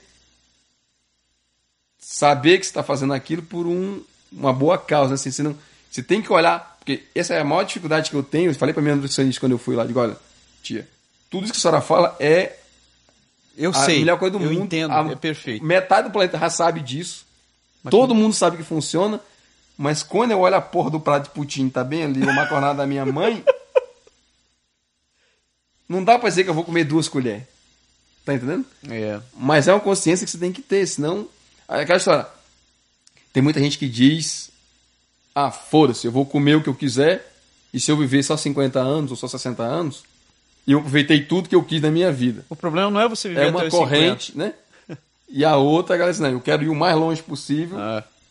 saber que você está fazendo aquilo por um, uma boa causa, assim, você, não, você tem que olhar, porque essa é a maior dificuldade que eu tenho. Eu falei para minha nutricionista quando eu fui lá, digo, olha, tia, tudo isso que a senhora fala é Eu a sei. melhor coisa do eu mundo. entendo, A- é perfeito. Metade do planeta já sabe disso. Todo mundo sabe que funciona. Mas quando eu olho a porra do prato de pudim, tá bem ali, uma macarronada da minha mãe, não dá pra dizer que eu vou comer duas colheres. Tá entendendo? É. Mas é uma consciência que você tem que ter, senão... Aquela história. Tem muita gente que diz, ah, foda-se, eu vou comer o que eu quiser, e se eu viver só cinquenta anos ou só sessenta anos, e eu aproveitei tudo que eu quis na minha vida. O problema não é você viver É até uma os corrente, né? E a outra, a galera diz, não, eu quero ir o mais longe possível cinquenta. Ah.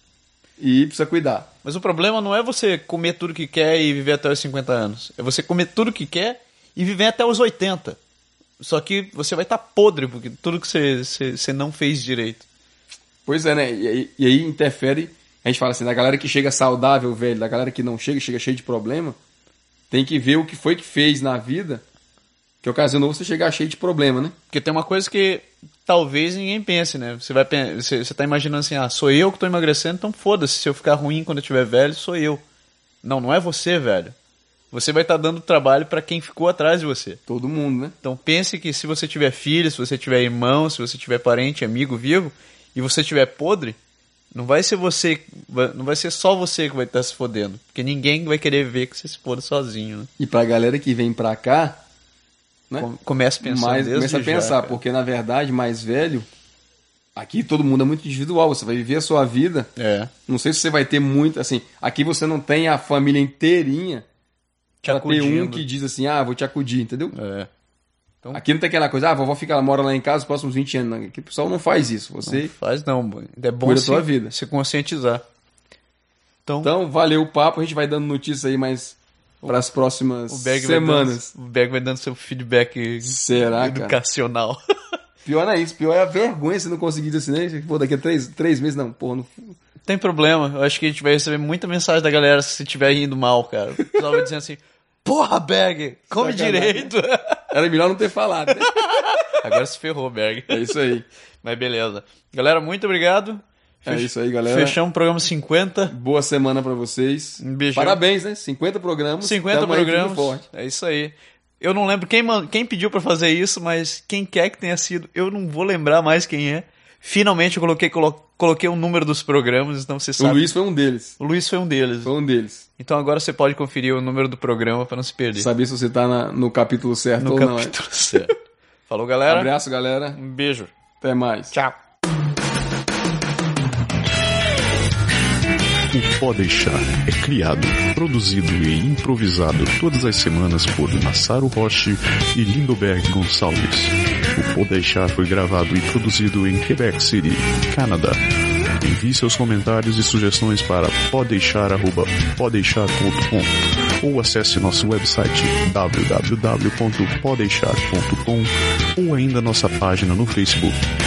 e precisa cuidar. Mas o problema não é você comer tudo que quer e viver até os cinquenta anos. É você comer tudo que quer e viver até os oitenta. Só que você vai estar podre, porque tudo que você, você, você não fez direito. Pois é, né? E aí, e aí interfere, a gente fala assim, da galera que chega saudável, velho, da galera que não chega, chega cheio de problema, tem que ver o que foi que fez na vida que ocasionou você chegar cheio de problema, né? Porque tem uma coisa que talvez ninguém pense, né? Você vai pen- você, você tá imaginando assim, ah, sou eu que tô emagrecendo, então foda-se, se eu ficar ruim quando eu tiver velho, sou eu. Não, não é você, velho. Você vai estar dando trabalho pra quem ficou atrás de você. Todo mundo, né? Então pense que se você tiver filho, se você tiver irmão, se você tiver parente, amigo vivo, e você tiver podre, não vai ser você, não vai ser só você que vai estar se fodendo. Porque ninguém vai querer ver que você se foda sozinho, né? E pra galera que vem pra cá, né? Com- Começa a pensar mais, desde começa a já, pensar, cara. porque na verdade, mais velho, aqui todo mundo é muito individual, você vai viver a sua vida. É. Não sei se você vai ter muito, assim, aqui você não tem a família inteirinha Te pra ter um acudindo. que diz assim, ah, vou te acudir, entendeu? É. Então- Aqui não tem aquela coisa, ah, a vovó fica, ela mora lá em casa os próximos vinte anos. Não, aqui o pessoal não faz isso, você... Não faz não, boy. É bom Cuida da se, tua vida. se conscientizar. Então, Então, valeu o papo, a gente vai dando notícias aí mais pras próximas o Berg semanas. Vai dando, o Berg vai dando seu feedback Será, cara? educacional. Pior não é isso, pior é a vergonha se não conseguir dizer assim, né? Pô, daqui a três, três meses, não, porra, não... Tem problema. Eu acho que a gente vai receber muita mensagem da galera se você estiver indo mal, cara. O pessoal vai dizendo assim, porra, Berg, come Sacanagem. direito. Era melhor não ter falado, né? Agora se ferrou, Berg. É isso aí. Mas beleza. Galera, muito obrigado. É isso aí, galera. Fechamos o programa cinquenta. Boa semana pra vocês. Um beijão. Parabéns, né? cinquenta programas. cinquenta Tamo aí firme e programas. forte. É isso aí. Eu não lembro quem, man- quem pediu pra fazer isso, mas quem quer que tenha sido, eu não vou lembrar mais quem é. Finalmente eu coloquei, colo- coloquei o número dos programas, então você O sabe. Luiz foi um deles. O Luiz foi um deles. Foi um deles. Então agora você pode conferir o número do programa pra não se perder. Saber se você tá na- no capítulo certo No ou não. capítulo certo. Falou, É. galera. Abraço, galera. Um beijo. Até mais. Tchau. O Pode Deixar é criado, produzido e improvisado todas as semanas por Massaro Roche e Lindoberg Gonçalves. O Pode Deixar foi gravado e produzido em Quebec City, Canadá. Envie seus comentários e sugestões para podeixar arroba podeixar ponto com ou acesse nosso website w w w ponto podeixar ponto com ou ainda nossa página no Facebook.